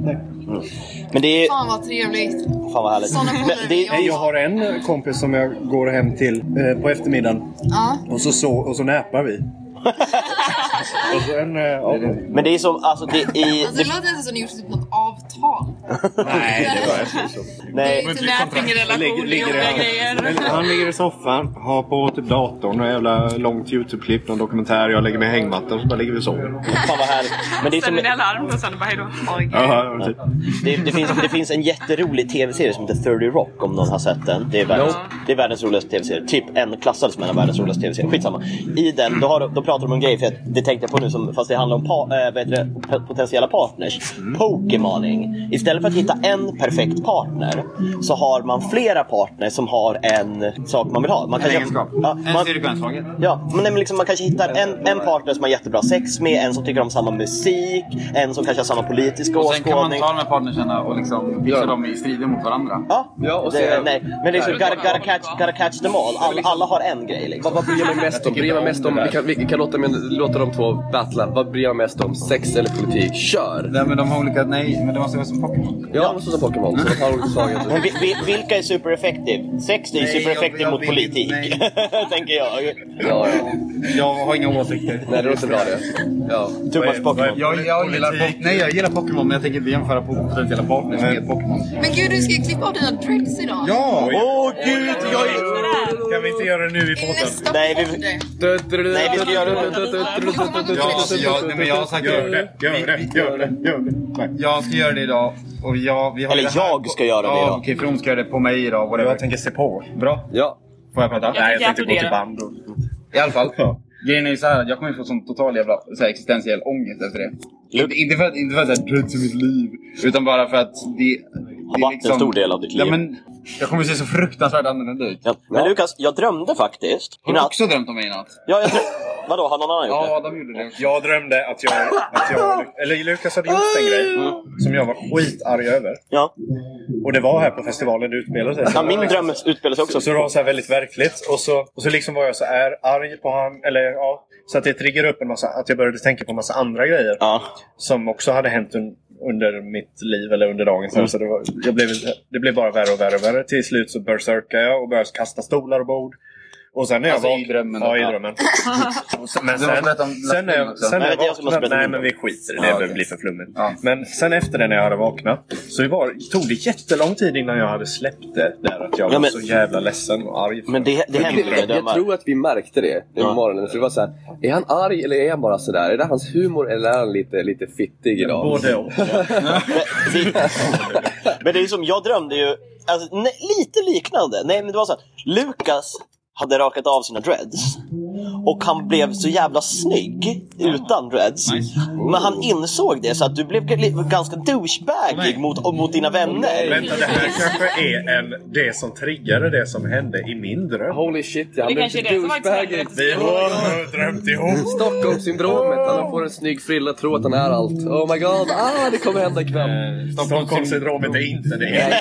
Men det är... Fan vad trevligt. Fan vad härligt. Såna Men polare det är... jag Jag har en kompis som jag går hem till på eftermiddagen. Ja. Och så näpar vi. Och sen, Men det är som... Alltså det är... Alltså det låter inte som att ni gjort typ något avtal. Nej, det var jag så. Nej. Till nätning i relation, jobbiga grejer. Han ligger i soffan, har på typ datorn och jävla långt YouTube-klipp, någon dokumentär. Jag lägger mig i hängmattan så bara ligger vi och sover. Fan vad härligt. Men det är som... Sen är det alarm och sen bara hejdå. Ja, typ. Det finns en jätterolig tv-serie som heter 30 Rock, om någon har sett den. Det är världens roligaste tv-serie. Typ en klassad som en av världens roligaste tv-serier. Skitsamma. I den, då pratar de om en grej, för det tänkte jag på nu, fast det handlar om potentiella partners. Pokémoning. Istället för att hitta en perfekt partner så har man flera partners som har en sak man vill ha. Man kanske, En styrkevänskapet. Ja, men liksom, man kanske hittar en partner som har jättebra sex med, en som tycker om samma musik, en som kanske har samma politiska Och sen kan man åskådning. ta de här partnerserna och liksom pitcha dem i strider mot varandra. Ja, och nej, men det är så gotta catch them all. Alla har en grej liksom. Vad bryr jag mig mest om? Bryr jag mig mest om vi kan låta de två battla. Vad bryr jag mig mest om? Sex eller politik? Kör! Nej, men de har olika... Nej, men det måste vara som Pokémon. Ja, det måste vara som Pokémon. Så de har olika svagheter. Men vilka är super effective? Sex är ju super effective mot politik. Tänker jag. Ja. Jag har inga åsikter. Nej, det låter bra det. Ja. Too much Pokémon. Jag gillar Pokémon, men jag tänker inte jämföra på potentiella partners med Pokémon. Men gud, du ska ju klippa av dina dreads idag. Ja! Åh gud, Kan vi inte göra det nu i podden? Nästa Nej, podd. Nej, vi ska göra det. Men jag har sagt Gör det. Jag ska göra det idag. Och vi har Eller jag ska göra det idag. Okej, From ska göra det på mig idag. Whatever. Jag tänker se på. Bra. Ja. Får jag prata? Nej, jag tänkte gå till applådera. band. I alla fall. Grejen är ju så här att jag kommer få sån total jävla så här, existentiell ångest efter det. Inte för att det är dreads i mitt liv. Utan bara för att det Har varit en stor del av ditt liv. Ja, men jag kommer se så fruktansvärt annorlunda ut. Ja. Men Lukas, jag drömde faktiskt. Har du också drömt om mig i natt? Ja, vadå? Har någon annan gjort det? Ja, de gjorde det. Jag drömde att jag eller Lukas hade gjort en grej som jag var skitarg över. Ja. Och det var här på festivalen det utspelade sig. Ja, min dröm utspelar sig också. Så det var så här väldigt verkligt. Och så liksom var jag så här arg på han. Eller ja, så att det triggar upp en massa. Att jag började tänka på en massa andra grejer. Ja. Som också hade hänt under mitt liv eller under dagen. Så det blev bara värre och värre och värre. Till slut så berserkade jag och började kasta stolar och bord. Och sen när jag Alltså i drömmen. Ja, i drömmen. Men nej, men vi skiter i det. Det blir för flummigt. Ja. Men sen efter det när jag hade vaknat så tog det jättelång tid innan jag hade släppt det där. Att jag var så jävla ledsen och arg. Men det händer. Jag tror att vi märkte det i morgonen. För det var så här, är han arg eller är han bara så där? Är det hans humor eller är han lite fittig idag? Både och. Men det är som, jag drömde ju lite liknande. Nej, men det var så här, Lukas hade rakat av sina dreads. och han blev så jävla snygg utan dreads. Men han insåg det, så att du blev ganska douchebagig mot dina vänner. Vänta, det här kanske är det som triggade det som hände i min dröm. Holy shit, ja. Det kanske är det som var douchebagig. Vi har drömt ihop. Stockholmssyndromet, han får en snygg frilla, tror att han är allt. Oh my god, det kommer hända ikväll. Stockholmssyndromet är inte det.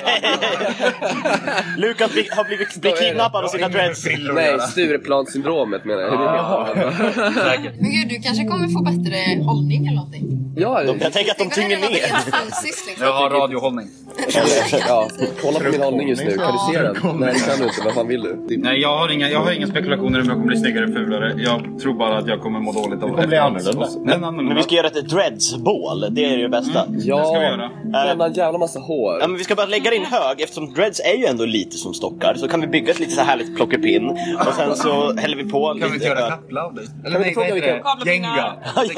Lukas har blivit kidnappad av sina dreads. Nej, Stureplanssyndromet menar jag. Men gud, du kanske kommer få bättre hållning eller någonting. Ja, Jag tänker att de tynger ner. Jag har radiohållning. Ja, kolla på min hållning just nu. Kan du se den? Nej, det kan du inte. Vad fan vill du? Nej, jag har inga spekulationer om jag kommer bli snyggare eller fulare. Jag tror bara att jag kommer må dåligt av det. Det kommer bli annorlunda. Men vi ska göra ett dreads-bål. Det är det bästa. Ja, det ska vi göra. bränna en jävla massa hår. Ja, men vi ska bara lägga in hög. Eftersom dreads är ju ändå lite som stockar, så kan vi bygga ett lite så härligt plockepinn. Och sen så häller vi på Kan vi lite inte göra kappla av dig? Eller vi fråga vilka- Gänga.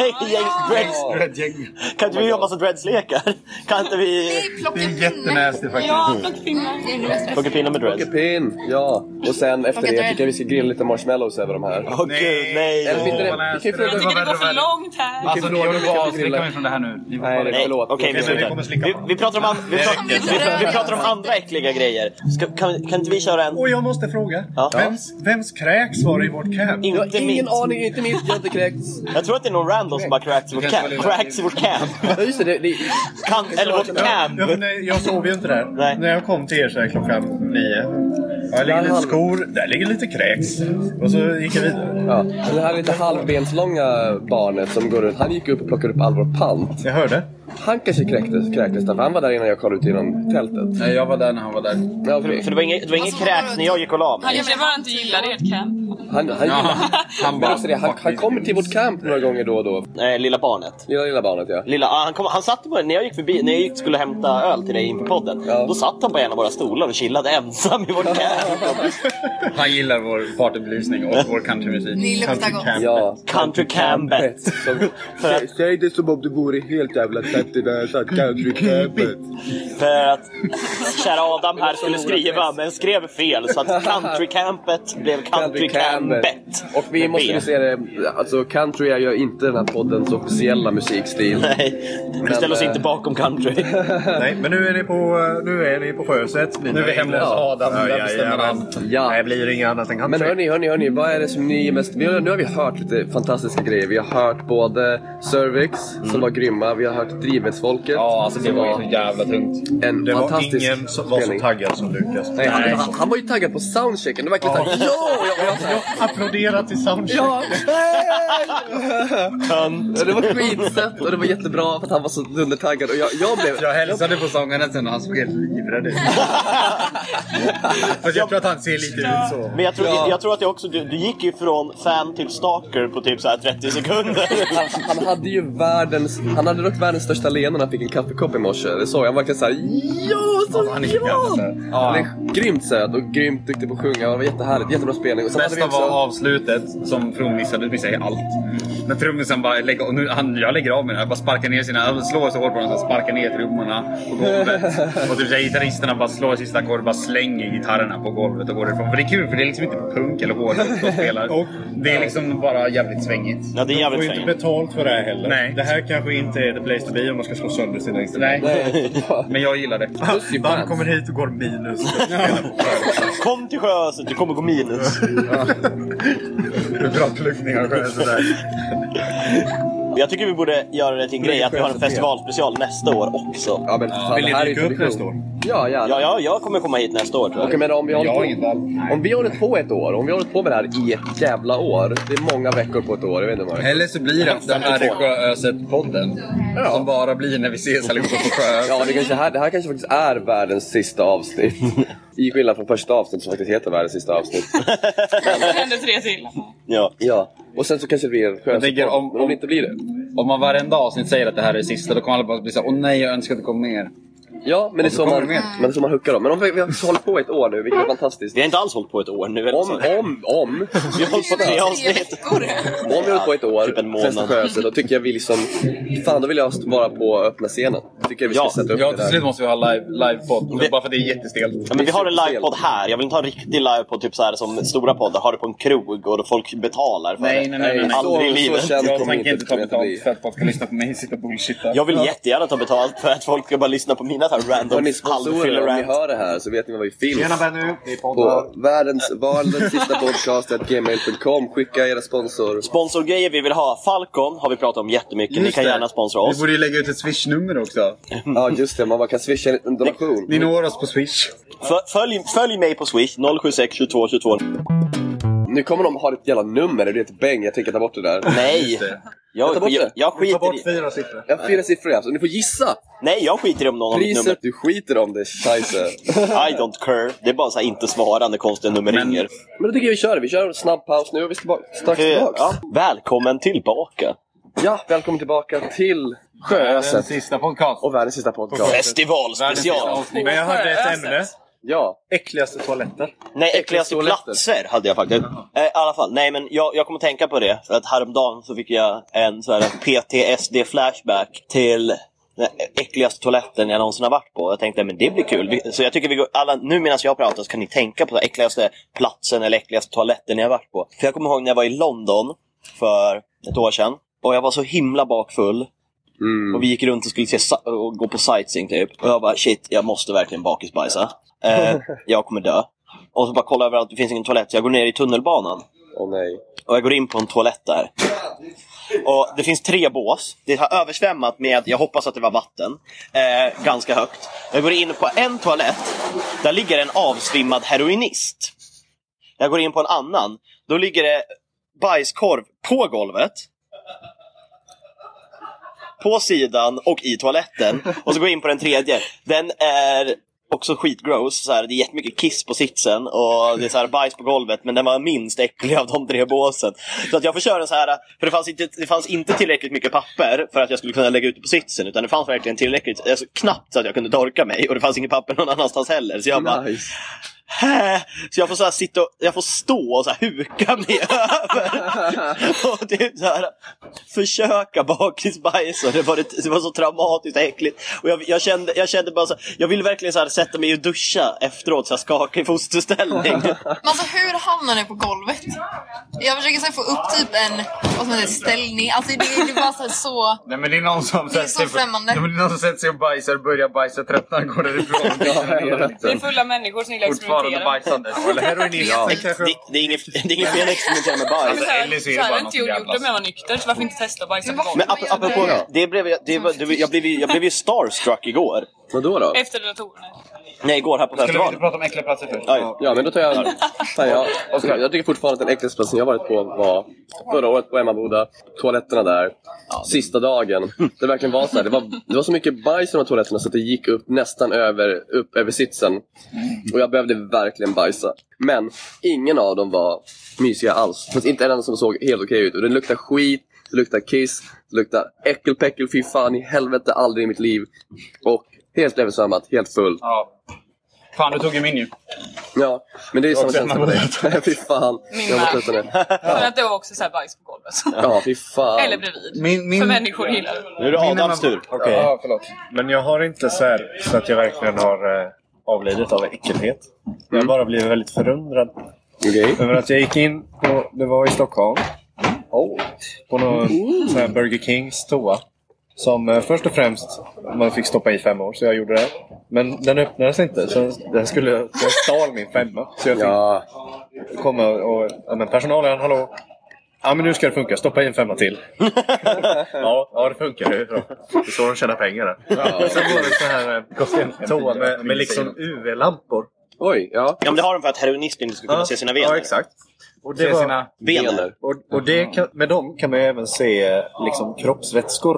Dreads. Kan inte vi göra massa dreadslekar? Kan inte vi... Plocka pinne. Jättenästigt faktiskt. Ja, plockpinnar. Plockepinnar med dreads? Plockepinn, ja. Och sen efter det tycker jag vi ska grilla lite marshmallows över de här. Åh gud, nej. Eller inte det. vad Vi kan ju Jag fråga... tycker det går för långt här. Alltså, fråga jag om vill vi kan bara grilla. avsluta mig från det här nu. Nej, Nej, förlåt. okej, vi pratar om andra äckliga grejer. Kan inte vi köra en... Och jag måste fråga. Ja. Vems kräks var det i vårt camp? Jag har Inte ingen mitt. aning, inte mitt. Jag har inte kräkts. Jag tror att det är någon random som bara cracks i vårt camp. Cracks i vårt camp. Ja, just det. Eller vårt camp. Ja, nej, jag sov ju inte där. Nej. När jag kom till er så här klockan 9. Ja, det ligger lite skor, där ligger lite kräks. Och så gick jag vidare. Ja, det här lite halvbenslånga barnet som går runt. Han gick upp och plockade upp all vår pant. Jag hörde. Han kanske kräktes för han var där innan jag kollade ut genom tältet. Nej, jag var där när han var där. Ja, okay. För det var ingen kräks när jag gick och la mig. Han kanske bara inte gillade ert camp. Han kommer till vårt camp några gånger då och då. Lilla barnet. Lilla barnet, ja. Han satt på, när jag gick förbi, när jag skulle hämta öl till dig in på podden, då satt han på en av våra stolar och chillade ensam i vårt camp. Han gillar vår partybelysning och vår countrymusik. Ni luktar gott. Ja. Country campet. Säg det som om du vore helt jävla tätt i det här country campet. För att kära Adam här skulle skriva, men skrev fel, så att country campet blev country campet. Och vi måste ju se det, alltså country är ju inte den här poddens officiella musikstil. Nej, vi ställer oss inte bakom country. Nej, men nu är ni på Sjösätt. Nu är vi hemma hos Adam. Där bestämmer han. Ja. Nej, det blir inget annat än country. Men hörni, vad är det som ni är mest... Nu har vi hört lite fantastiska grejer. Vi har hört både Cervix, som var grymma. Vi har hört Drivhetsfolket. Ja, alltså det var ju så jävla tungt. En Det var fantastisk ingen som var så spelning. taggad som Lukas. Nej, han var ju taggad på soundchecken. Det var verkligen såhär, Jag applåderade till soundcheck. ja! Det var skitsött och det var jättebra för att han var så dundertaggad. Och jag blev... Jag hälsade på sångaren sen och han såg helt livrädd ut. Fast jag tror att han ser lite ut så. Men jag tror att det också, du gick ju från fan till stalker på typ så här 30 sekunder. Han hade dock världens största leende när han fick en kaffekopp i morse. Det såg jag. Han var verkligen såhär, Han är grymt söt och grymt duktig på att sjunga. Det var jättehärligt, jättebra spelning. Och sen hade vi Bästa också... var avslutet som trummisade, det säger allt. När trummisen bara jag lägger av med det här, bara sparkar ner slår så hårt på dem så sparkar ner trummorna på golvet. Och typ gitarristerna bara slår sista ackord, bara slänger gitarrerna på golvet och går ifrån. För det är kul, för det är liksom inte punk eller hårdrock de spelar. Och det är liksom bara jävligt svängigt. Ja, det är Man jävligt får ju inte svängigt. betalt för det här heller. Nej. Det här kanske inte är the place to be om man ska slå sönder sina instrument. Nej, men jag gillar det. Man kommer hit och går minus. Kom till Sjöset, du kommer gå minus. Bra pluggningar och sådär. Jag tycker vi borde göra det till en grej att vi har en festivalspecial nästa år också. Ja, men fan, Vill det ni här är dyka upp tradition. nästa år? Ja, gärna. Ja, jag kommer komma hit nästa år, tror jag. Okej, men om vi Jag har håller inget på, val. om vi håller på ett år, om vi håller på med det här i ett jävla år, det är många veckor på ett år, jag vet inte vad det är. Eller så blir det den här Sjööset-podden. Som bara blir när vi ses allihopa på Sjööset. Ja, det här kanske faktiskt är världens sista avsnitt. I skillnad från första avsnitt som faktiskt heter världens sista avsnitt. Det hände 3 till. Ja. Ja, och sen så kanske det blir en Jag tänker Sjööset, men om det inte blir det. Om man varenda avsnitt säger att det här är sista, då kommer alla bara bli så: åh nej, jag önskar att det kom mer. Ja, men det är så kommer man, det mer. men det är så man hookar dem. Men om vi har hållit på ett år nu, vilket är fantastiskt. Vi har inte alls hållit på ett år nu. Eller så. Om Vi har hållit på 3 avsnitt. Om vi har hållit på ett år, Typ en månad. nästa Sjööset, då tycker jag vi liksom... Fan, då vill jag vara på öppna scenen. tycker jag vi ska sätta upp Ja, det till där. slut måste vi ha livepodd. Bara för det är jättestelt. Ja, men vi har en livepodd här. Jag vill inte ha en riktig livepodd typ så här som stora poddar. Har det på en krog och då folk betalar för Nej. Aldrig i livet. Jag tänker inte ta betalt för att folk ska lyssna på mig och sitta och bullshitta. Jag vill jättegärna ta betalt för att folk ska bara lyssna på mina så här Har random ni sponsorer, om ni hör det här så vet ni vad vi finns. Tjena Benny, vi är På poddar. världens sista podcast@gmail.com. Skicka era sponsor. Sponsorgrejer vi vill ha. Falcon har vi pratat om jättemycket. Ni kan gärna sponsra oss. Vi borde ju lägga ut ett Swish-nummer också. Ja just det, man bara kan swisha en donation. Ni når oss på Swish. Följ mig på Swish 076 22 22. Nu kommer de ha ett jävla nummer, det är ett bäng. Jag tänker ta bort det där. Nej. Jag Ta bort det. skiter Ta bort i 4 siffror. Jag har 4 siffror alltså, ni får gissa. Nej, jag skiter i om någon har mitt nummer. Priset, du skiter om det, scheisse. I don't care. Det är bara så här inte svara när konstiga nummer ringer. Men då tycker jag vi kör en snabb paus nu och vi ska strax tillbaks. Ja. Välkommen tillbaka. Ja, välkommen tillbaka till Den Sjööset sista podcast. och världens sista podcast. Festivalspecial. Men jag hade ett ämne. Ja, Äckligaste toaletter. Nej, äckligaste toaletter. platser hade jag faktiskt. I alla fall, nej men jag kommer tänka på det. För att häromdagen så fick jag en så här PTSD-flashback till den äckligaste toaletten jag någonsin har varit på. Jag tänkte, men det blir kul. Så jag tycker vi går, alla, nu medan jag pratar så kan ni tänka på den äckligaste platsen eller äckligaste toaletten jag har varit på. För jag kommer ihåg när jag var i London för ett år sedan. Och jag var så himla bakfull. Och vi gick runt och skulle och gå på sightseeing typ. Och jag bara, shit, jag måste verkligen bakisbajsa. Jag kommer dö. Och så bara kolla över att det finns ingen toalett. Så jag går ner i tunnelbanan. åh nej. Och jag går in på en toalett där. Och det finns 3 bås. Det har översvämmat med, jag hoppas att det var vatten. Ganska högt. Jag går in på en toalett. Där ligger en avsvimmad heroinist. Jag går in på en annan. Då ligger det bajskorv på golvet. På sidan och i toaletten. Och så går jag in på den tredje. Den är också skitgross. Så här, det är jättemycket kiss på sitsen. Och det är så här bajs på golvet. Men den var minst äcklig av de 3 båsen. Så att jag får köra en så här. För det fanns inte tillräckligt mycket papper för att jag skulle kunna lägga ut det på sitsen. Utan det fanns verkligen tillräckligt. Alltså, knappt så att jag kunde torka mig. Och det fanns inget papper någon annanstans heller. Så jag bara... Nice. Så jag får så här sitta och, jag får stå och så här huka mig över. Och det är så här försöka bakisbajsa. Det var så traumatiskt och äckligt. Och jag kände bara så, jag ville verkligen så här sätta mig och duscha efteråt så jag skakade i fosterställning. Men alltså hur hamnar ni på golvet? Jag försöker så här få upp typ en ställning. Alltså det var så här så. Nej men det är någon som Det är så främmande. Nej, men det är någon som sätter sig och bajsar, börjar bajsa, tröttnar, går därifrån. Det är fulla människor som gillar att Fortfarande bajsande. Eller heroinist. Ja. Det är inget fel experimentera med bajs. Eller så är det bara hade något inte jag gjort om jag var nykter, så varför inte testa bajsa på golvet? Men apropå jag blev ju starstruck igår. Vadå då? Efter datorerna. Nej, igår här på Skulle vi inte festivalen. prata om äckliga platser först? Ja, Men då tar jag... Oskar, jag tycker fortfarande att den äckligaste platsen jag varit på var förra året på Emmaboda. Toaletterna där. Sista dagen. Det verkligen var så här. Det var så mycket bajs i de här toaletterna så att det gick upp nästan upp över sitsen. Och jag behövde verkligen bajsa. Men ingen av dem var mysiga alls. Fast inte en enda som såg helt okej ut. Och det luktade skit, det luktade kiss, det luktade äckelpäckel, fy fan i helvete, aldrig i mitt liv. Och helt översvämmat, helt full. Ja. Fan, du tog ju min ju. Ja, men det är ju samma känsla på det. Fy fan. Min Jag måste med. sluta nu. För att det var också så här bajs på golvet. Ja, fy fan. Eller bredvid. För människor gillar det. Nu är det Adams tur. Okej. Ja, förlåt. Men jag har inte så här så att jag verkligen har avlidit av äckelhet. Jag har bara blivit väldigt förundrad. Okej. Över att jag gick in på, det var i Stockholm. På någon så här Burger Kings toa. Som först och främst man fick stoppa i 5 år, så jag gjorde det. Men den öppnades inte, så den stal min 5. Så jag fick komma och, ja men personalen, hallå. Ja men nu ska det funka, stoppa in 5 till. ja det funkar ju. Det är så de tjänar pengar där. Ja. Sen var det så här toa med liksom UV-lampor. Oj, ja. Ja, men det har de för att heroinisten inte ska kunna se sina vener. Ja, exakt. Och det Se var sina vener. Och det kan, med dem kan man ju även se liksom kroppsvätskor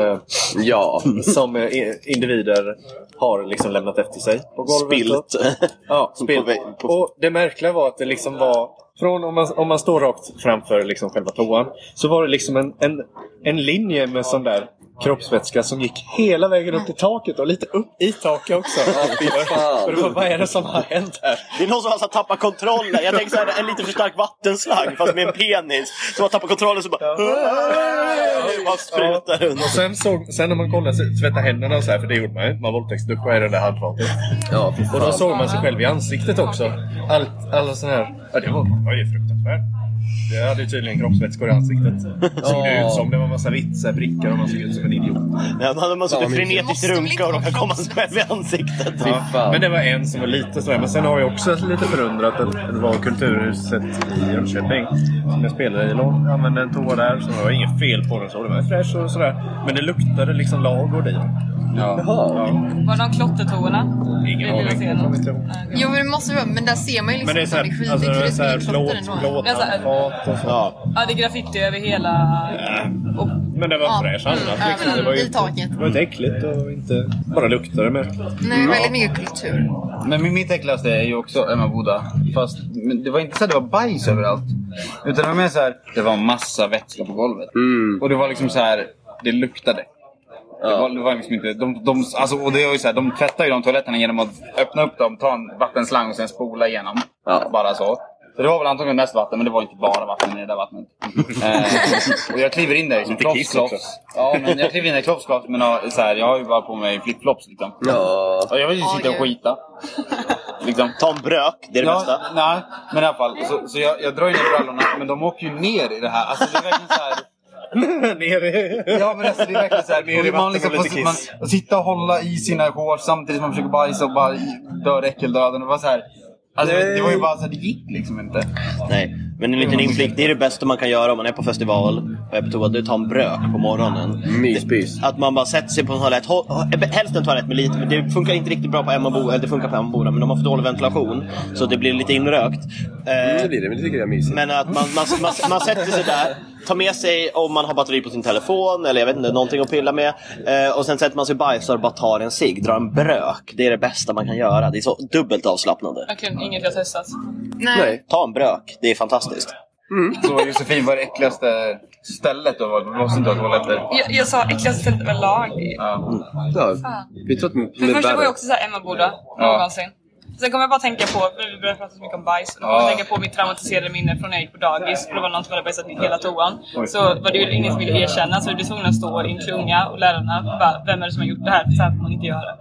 som individer har liksom lämnat efter sig på golvet. Spilt. Ja, spilt. Och det märkliga var att det liksom var från om man står rakt framför liksom själva toan, så var det liksom en linje med sån där kroppsvätska som gick hela vägen upp till taket och lite upp i taket också. Vad är det som har hänt här? Det är någon som har tappat kontrollen. Jag tänker så här, en lite för stark vattenslang fast med en penis. Så man tappar kontrollen så bara... Man sprutar runt. Och sen när man kollar sig, tvätta händerna och så här, för det gjorde man ju. Man våldtäktsduschar i det där handfatet. Ja, och då såg man sig själv i ansiktet också. Alla sån här... Ja, det var ju fruktansvärt. Jag hade tydligen kroppsvätskor i ansiktet. Såg det ut som det var en massa vitsar, brickor och man såg ut som en idiot. Ja, man såg frenetiskt runka och de kan komma sig själv i ansiktet. Ja, men det var en som var lite sådär. Men sen har jag också lite förundrat att det var Kulturhuset i Jönköping som jag spelade i. Jag använde en toa där så det var inget fel på den så det var fräsch och sådär. Men det luktade liksom lagård i den. Ja. Var det de klottertoarna? Ingen aning. Jo, men det måste vara, men där ser man ju liksom men det är så här, det är alltså, skitigt, det är så här plåthandfat och så. Ja, det är graffiti över hela... Och, men det var fräsch annat. Liksom. Det var ju i taket. Det var inte äckligt och inte bara luktade med. Nej, väldigt mycket kultur. Men mitt äckligaste är ju också Emmaboda. Fast men det var inte så att det var bajs överallt. Utan det var mer så här, det var massa vätska på golvet. Och det var liksom så här, det luktade. Det var liksom inte, alltså, och det är ju så här, de tvättar ju de toaletterna genom att öppna upp dem, ta en vattenslang och sen spola igenom. Bara så. Så det var väl antagligen mest vatten, men det var inte bara vatten i det där vattnet. Och jag kliver in där i liksom klofs. Ja, men jag kliver in där i klofs, men så här, jag har ju bara på mig flipflops liksom. Ja. Och jag vill ju sitta och skita. Liksom. Ta en brök, det är det bästa. Nej, men i alla fall. Så jag drar ju ner brallorna, men de åker ju ner i det här. Alltså det är verkligen så här... Ja, men alltså, det är verkligen så här, man liksom får sitta och hålla i sina hår samtidigt som man försöker bajsa och bara dör äckeldöden. Det var så här, alltså, det var ju bara så här, det gick liksom inte. Nej, men en liten inflick, det är det bästa man kan göra om man är på festival och är på toa, du tar en brök på morgonen. Myspys. Att man bara sätter sig på en toalett, helst en toalett med lite, men det funkar inte riktigt bra på Emmaboda, eller det funkar på Emmaboda, men de har för dålig ventilation så det blir lite inrökt. Det blir det, men det tycker jag är mysigt. Men att man sätter sig där, tar med sig om man har batteri på sin telefon eller jag vet inte, någonting att pilla med, och sen sätter man sig bajsar och bara tar en cigg, drar en brök. Det är det bästa man kan göra, det är så dubbelt avslappnande. Verkligen inget jag testat. Nej. Ta en brök, det är fantastiskt. Så Josefin, vad är det äckligaste stället då? Vad måste inte ha toaletter? Jag sa äckligaste stället överlag. Vi tror att För första var jag också såhär Emmaboda någonsin. Sen kommer jag bara tänka på, vi började prata så mycket om bajs, och då kommer jag tänka på mitt traumatiserade minne från när jag gick på dagis. Och det var någon som hade bajsat i hela toan. Så var det ju ingen som ville erkänna, så vi blev tvungna att stå i en klunga och lärarna bara, vem är det som har gjort det här? För så här får man inte göra.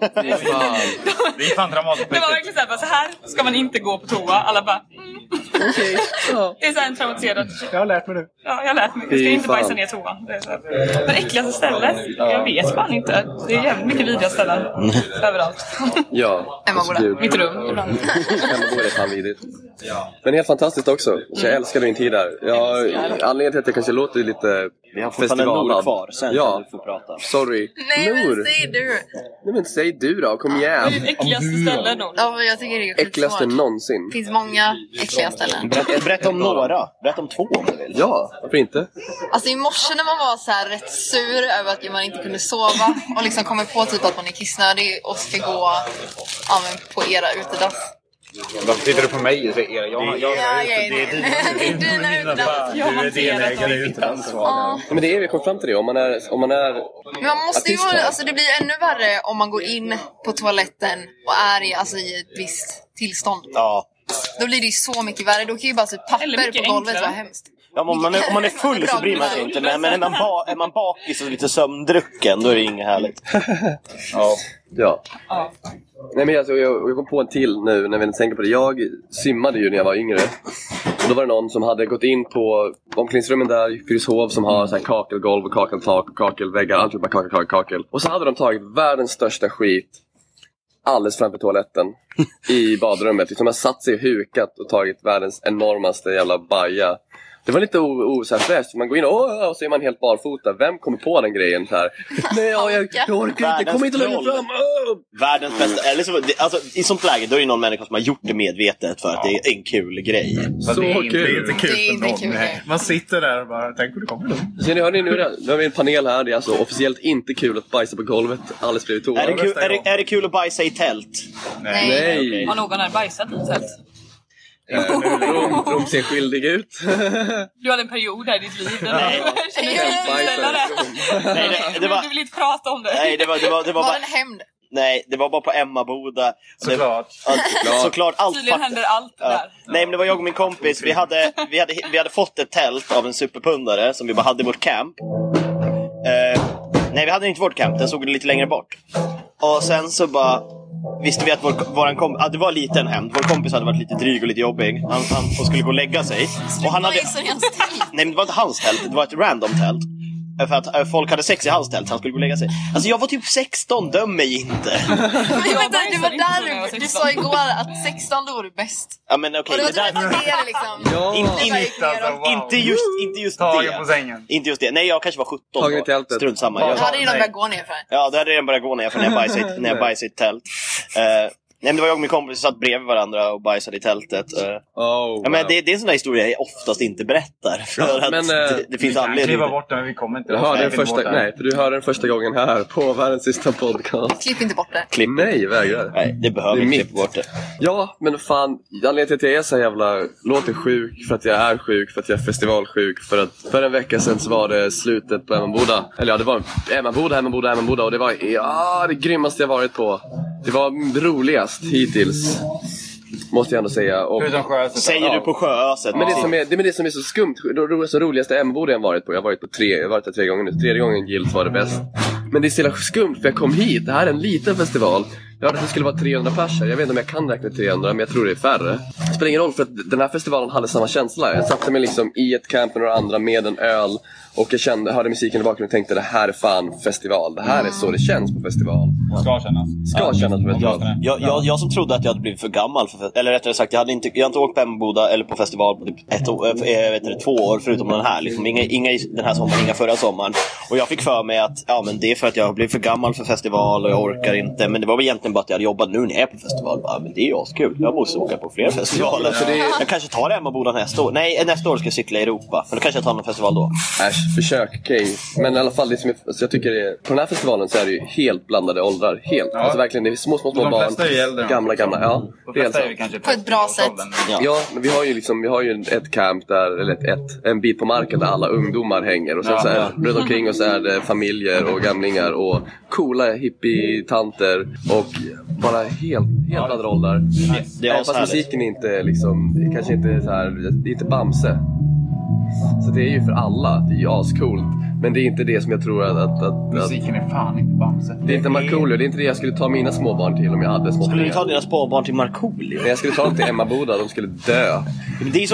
Det är fan dramatiskt. Det var verkligen såhär, så här ska man inte gå på toa. Alla bara, Okej. Det är så här en traumatiserad... Jag har lärt mig nu. Ja, jag har lärt mig. Jag ska inte bajsa ner toan. Det är så här. Men äckligaste stället? Jag vet fan inte. Det är jävligt mycket vidriga ställen. Överallt. Ja, Emmaboda. Mitt rum ibland. Emmaboda är fan vidrigt. Men helt fantastiskt också. Så jag älskar din tid där. Anledningen till att jag kanske låter lite vi har fortfarande Nor kvar, sen kan du få prata. Sorry. Nej, Nor. men säg du. Nej, men säg du då, kom igen. Det är det äckligaste stället nog. Ja, men jag tycker det är Äckligaste någonsin. Det finns många äckliga ställen. Berätta om några. Berätta om 2 om du vill. Ja, varför inte? Alltså i morse när man var så här rätt sur över att man inte kunde sova och liksom kommer på typ att man är kissnödig och ska gå på era utedass. Varför tittar du på mig och säger Det är dina utedass. Du är delägare utan ansvar. Men det är vi kom fram till det. Om man är Men man måste ju, alltså det blir ännu värre om man går in på toaletten och är i ett visst tillstånd. Ja. Då blir det ju så mycket värre. Då kan ju bara så papper på golvet vara hemskt. Ja, om man är full så bryr man sig inte. Men är man bakis och lite sömndrucken, då är det inget härligt. Ja. Nej, men alltså, jag kom på en till nu när vi tänker på det. Jag simmade ju när jag var yngre. Och då var det någon som hade gått in på omklädningsrummen där i Fyrishov som har så här kakelgolv och kakeltak och kakelväggar. Allt bara kakel. Och så hade de tagit världens största skit alldeles framför toaletten i badrummet. Liksom har satt sig hukat och tagit världens enormaste jävla baja. Det var lite fräscht. Man går in och så är man helt barfota. Vem kommer på den grejen så här? Nej, jag orkar inte. Jag kommer inte längre fram. Världens bästa. Eller så, alltså, i sånt läge då är det någon människa som har gjort det medvetet för att det är en kul grej. Så kul. Det är inte kul Det är inte för någon. kul. Man sitter där och bara tänker det kommer lugnt. Så ni hörde nu har vi en panel här. Det är alltså officiellt inte kul att bajsa på golvet. Alldeles bredvid toa. Är det kul att bajsa i tält? Nej. Har någon här bajsat i tält? Rom ser skyldig ut. Du hade en period där i ditt liv. Nej. Du vill inte prata om det. Nej, det var Var bara... en hämnd? Nej, det var bara på Emmaboda. Såklart allt. Tydligen händer allt där. Nej, men det var jag och min kompis. Vi hade fått ett tält av en superpundare som vi bara hade i vårt camp. Nej, vi hade inte vårt camp. Den såg lite längre bort. Och sen så bara visste vi att våran kompis... det var lite en hämnd. Vår kompis hade varit lite dryg och lite jobbig. Han skulle gå och lägga sig. Och han hade... Nej, men det var inte hans tält. Det var ett random tält. För att folk hade sex i hans tält. Han skulle gå och lägga sig. Alltså jag var typ 16, döm mig inte. Men vänta, du var där. Du sa igår att 16 då var du bäst. Ja, men okej. Och det var liksom... Inte just Tagen det. på sängen. Inte just det. Nej, jag kanske var 17. Tagen i tältet. Strunt samma. Då hade ju de börjat gå ner för. Ja, då hade redan börjat gå ner för när jag bajsade i ett tält. Nej, men det var jag och min kompis som satt bredvid varandra och bajsade i tältet. Ja, men det är en sån där historia jag oftast inte berättar. För att det finns anledning. Kliva bort den, men vi kommer inte. Nej, för du hör den första gången här på världens sista podcast. Klipp inte bort det. Nej, vägrar. Nej, det behöver inte klippa bort det. Ja, men fan, anledningen till att jag är så jävla låter sjuk, för att jag är sjuk, för att jag är festivalsjuk, för att för en vecka sedan så var det slutet på Emmaboda. Eller ja, det var Emmaboda och det var det grymmaste jag varit på. Det var roligast hittills, måste jag ändå säga. Och säger du på Sjööset? Men det som är så skumt, så roligaste Emmaboda jag varit på. Jag har varit där 3 gånger nu. 3:e gången gillt var det bäst. Men det är så skumt för jag kom hit. Det här är en liten festival. Jag hörde att det skulle vara 300 personer. Jag vet inte om jag kan räkna 300, men jag tror det är färre. Det spelar ingen roll för att den här festivalen hade samma känsla. Jag satte mig liksom i ett camp med några andra med en öl. Och jag hörde musiken i bakgrunden och tänkte det här är fan festival. Det här är så det känns på festival. Ska kännas på festival. Jag som trodde att jag hade blivit för gammal eller rättare sagt, jag har inte åkt på Emmaboda eller på festival på typ 2 år förutom den här liksom. Inga den här sommaren, inga förra sommaren. Och jag fick för mig att men det är för att jag har blivit för gammal för festival och jag orkar inte. Men det var väl egentligen bara att jag hade jobbat nu när jag är på festival. Men det är ju askul. Jag måste åka på fler festivaler. Jag kanske tar Emmaboda nästa år. Nej, nästa år ska jag cykla i Europa. Men då kanske jag tar någon festival då. Försök, okej. Men i alla fall, jag tycker på den här festivalen så är det ju helt blandade åldrar. Helt. Ja. Alltså verkligen, det är små barn. Gamla. Ja, det är kanske på ett bra sätt. Ja, men vi har ju ett camp där, eller en bit på marken där alla ungdomar hänger. Och sen så är runt omkring och så är det familjer och gamlingar och coola hippie-tanter. Och bara helt blandade åldrar. Det är fast musiken är inte liksom, kanske inte så här, det är inte Bamse. Så det är ju för alla, det är ju ascoolt. Men det är inte det som jag tror att musiken är fan inte Bamse. Det är inte Markoolio, det är inte det jag skulle ta mina småbarn till om jag hade småbarn. Skulle du ta dina småbarn till Markoolio? Nej, jag skulle ta dem till Emmaboda, de skulle dö. Det är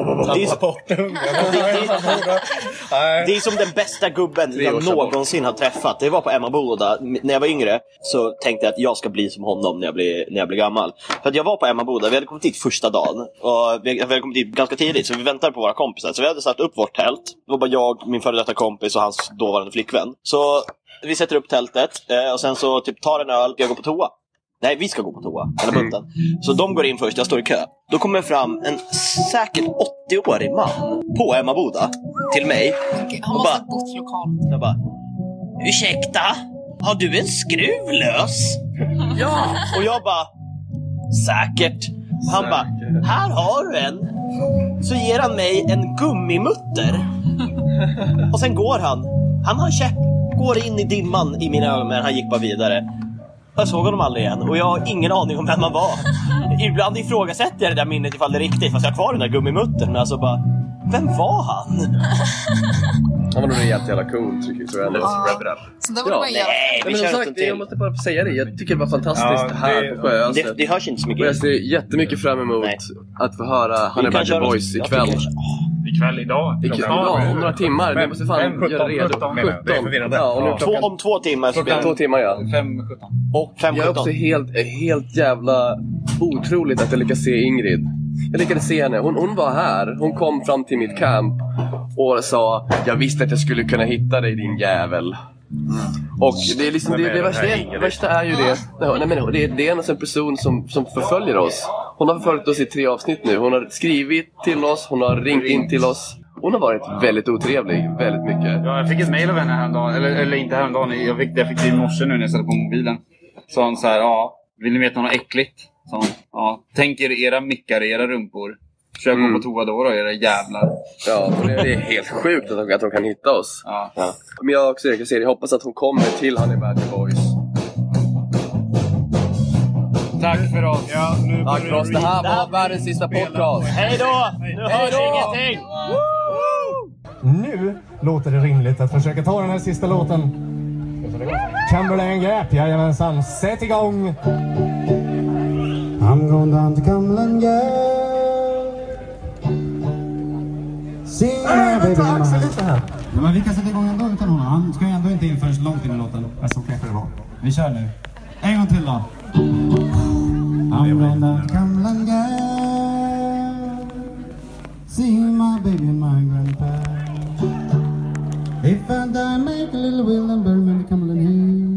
som den bästa gubben jag någonsin har träffat. Det var på Emmaboda. När jag var yngre så tänkte jag att jag ska bli som honom när jag blir gammal. För att jag var på Emmaboda, vi hade kommit dit första dagen. Och vi hade kommit dit ganska tidigt, så vi väntade på våra kompisar. Så vi hade satt upp vårt tält. Det var bara jag, min före detta kompis och hans dåvarande flickvän. Så vi sätter upp tältet och sen så typ tar en öl, jag går på toa. Nej, vi ska gå på toa, eller bunten. Så de går in först, jag står i kö. Då kommer fram en säkert 80-årig man på Emmaboda till mig. Han måste ha bott lokalt. Jag bara, ursäkta, har du en skruv lös? Ja. Och jag bara, säkert. Han bara, här har du en. Så ger han mig en gummimutter. Och sen går han har käpp, går in i dimman i mina ögon, men han gick bara vidare. Jag såg honom aldrig igen och jag har ingen aning om vem man var. Ibland ifrågasätter jag det där minnet ifall det är riktigt, fast jag har kvar den där gummimuttern. Men alltså bara, vem var han? Han var nog jävla cool, tycker jag. Så då var det bara men som sagt, jag måste bara säga det. Jag tycker det var fantastiskt här på Sjööset. Det hörs inte så mycket. Och jag ser jättemycket fram emot att få höra Honey Badger Boys ikväll. Ikväll idag? Om några timmar. Vi måste fan göra redo. 17. Om 2 timmar. 2 timmar, ja. 5:17. Och jag är också helt jävla otroligt att jag lyckas se Ingrid. Jag lyckades se henne. Hon var här. Hon kom fram till mitt camp och sa, jag visste att jag skulle kunna hitta dig, din jävel. Och det är liksom det värsta är ju det. Nej, men det är en person som förföljer oss. Hon har förföljt oss i 3 avsnitt nu. Hon har skrivit till oss, hon har ringt in till oss. Hon har varit väldigt otrevlig, väldigt mycket. Ja, jag fick ett mejl av henne häromdagen, eller inte häromdagen. Jag fick det i morse nu när jag satt på mobilen. Så hon så här, vill ni veta något äckligt? Så, ja. Tänk er era mickar, era rumpor. Försök gå på toa då, era jävlar. Ja, det är helt sjukt att de kan hitta oss. Ja. Men jag också, jag hoppas att hon kommer till Honey Badger Boys. Tack för oss. Ja, Tack för oss. Det här var världens sista podcast. Hej då! Nu hörs ingenting! Nu låter det rimligt att försöka ta den här sista låten. Cumberland Gap, jajamensan. Sätt igång! I'm going down to Cumberland Gap. Sing baby my. Ja, men vi kan sätta igång ändå utan honom. Han ska ju ändå inte in förrän långt in i låten. Så kanske det var. Vi kör nu. En gång till då. I'm going down to Cumberland Gap. See my baby and my grandpa. If I die, make a little will and bury me in the Cumberland Hill.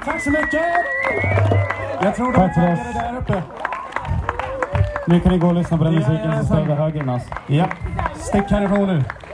Tack så mycket! Jag tror de är taggade där uppe. Nu kan ni gå och lyssna på den musiken som spelar höger än oss. Ja, stick härifrån nu.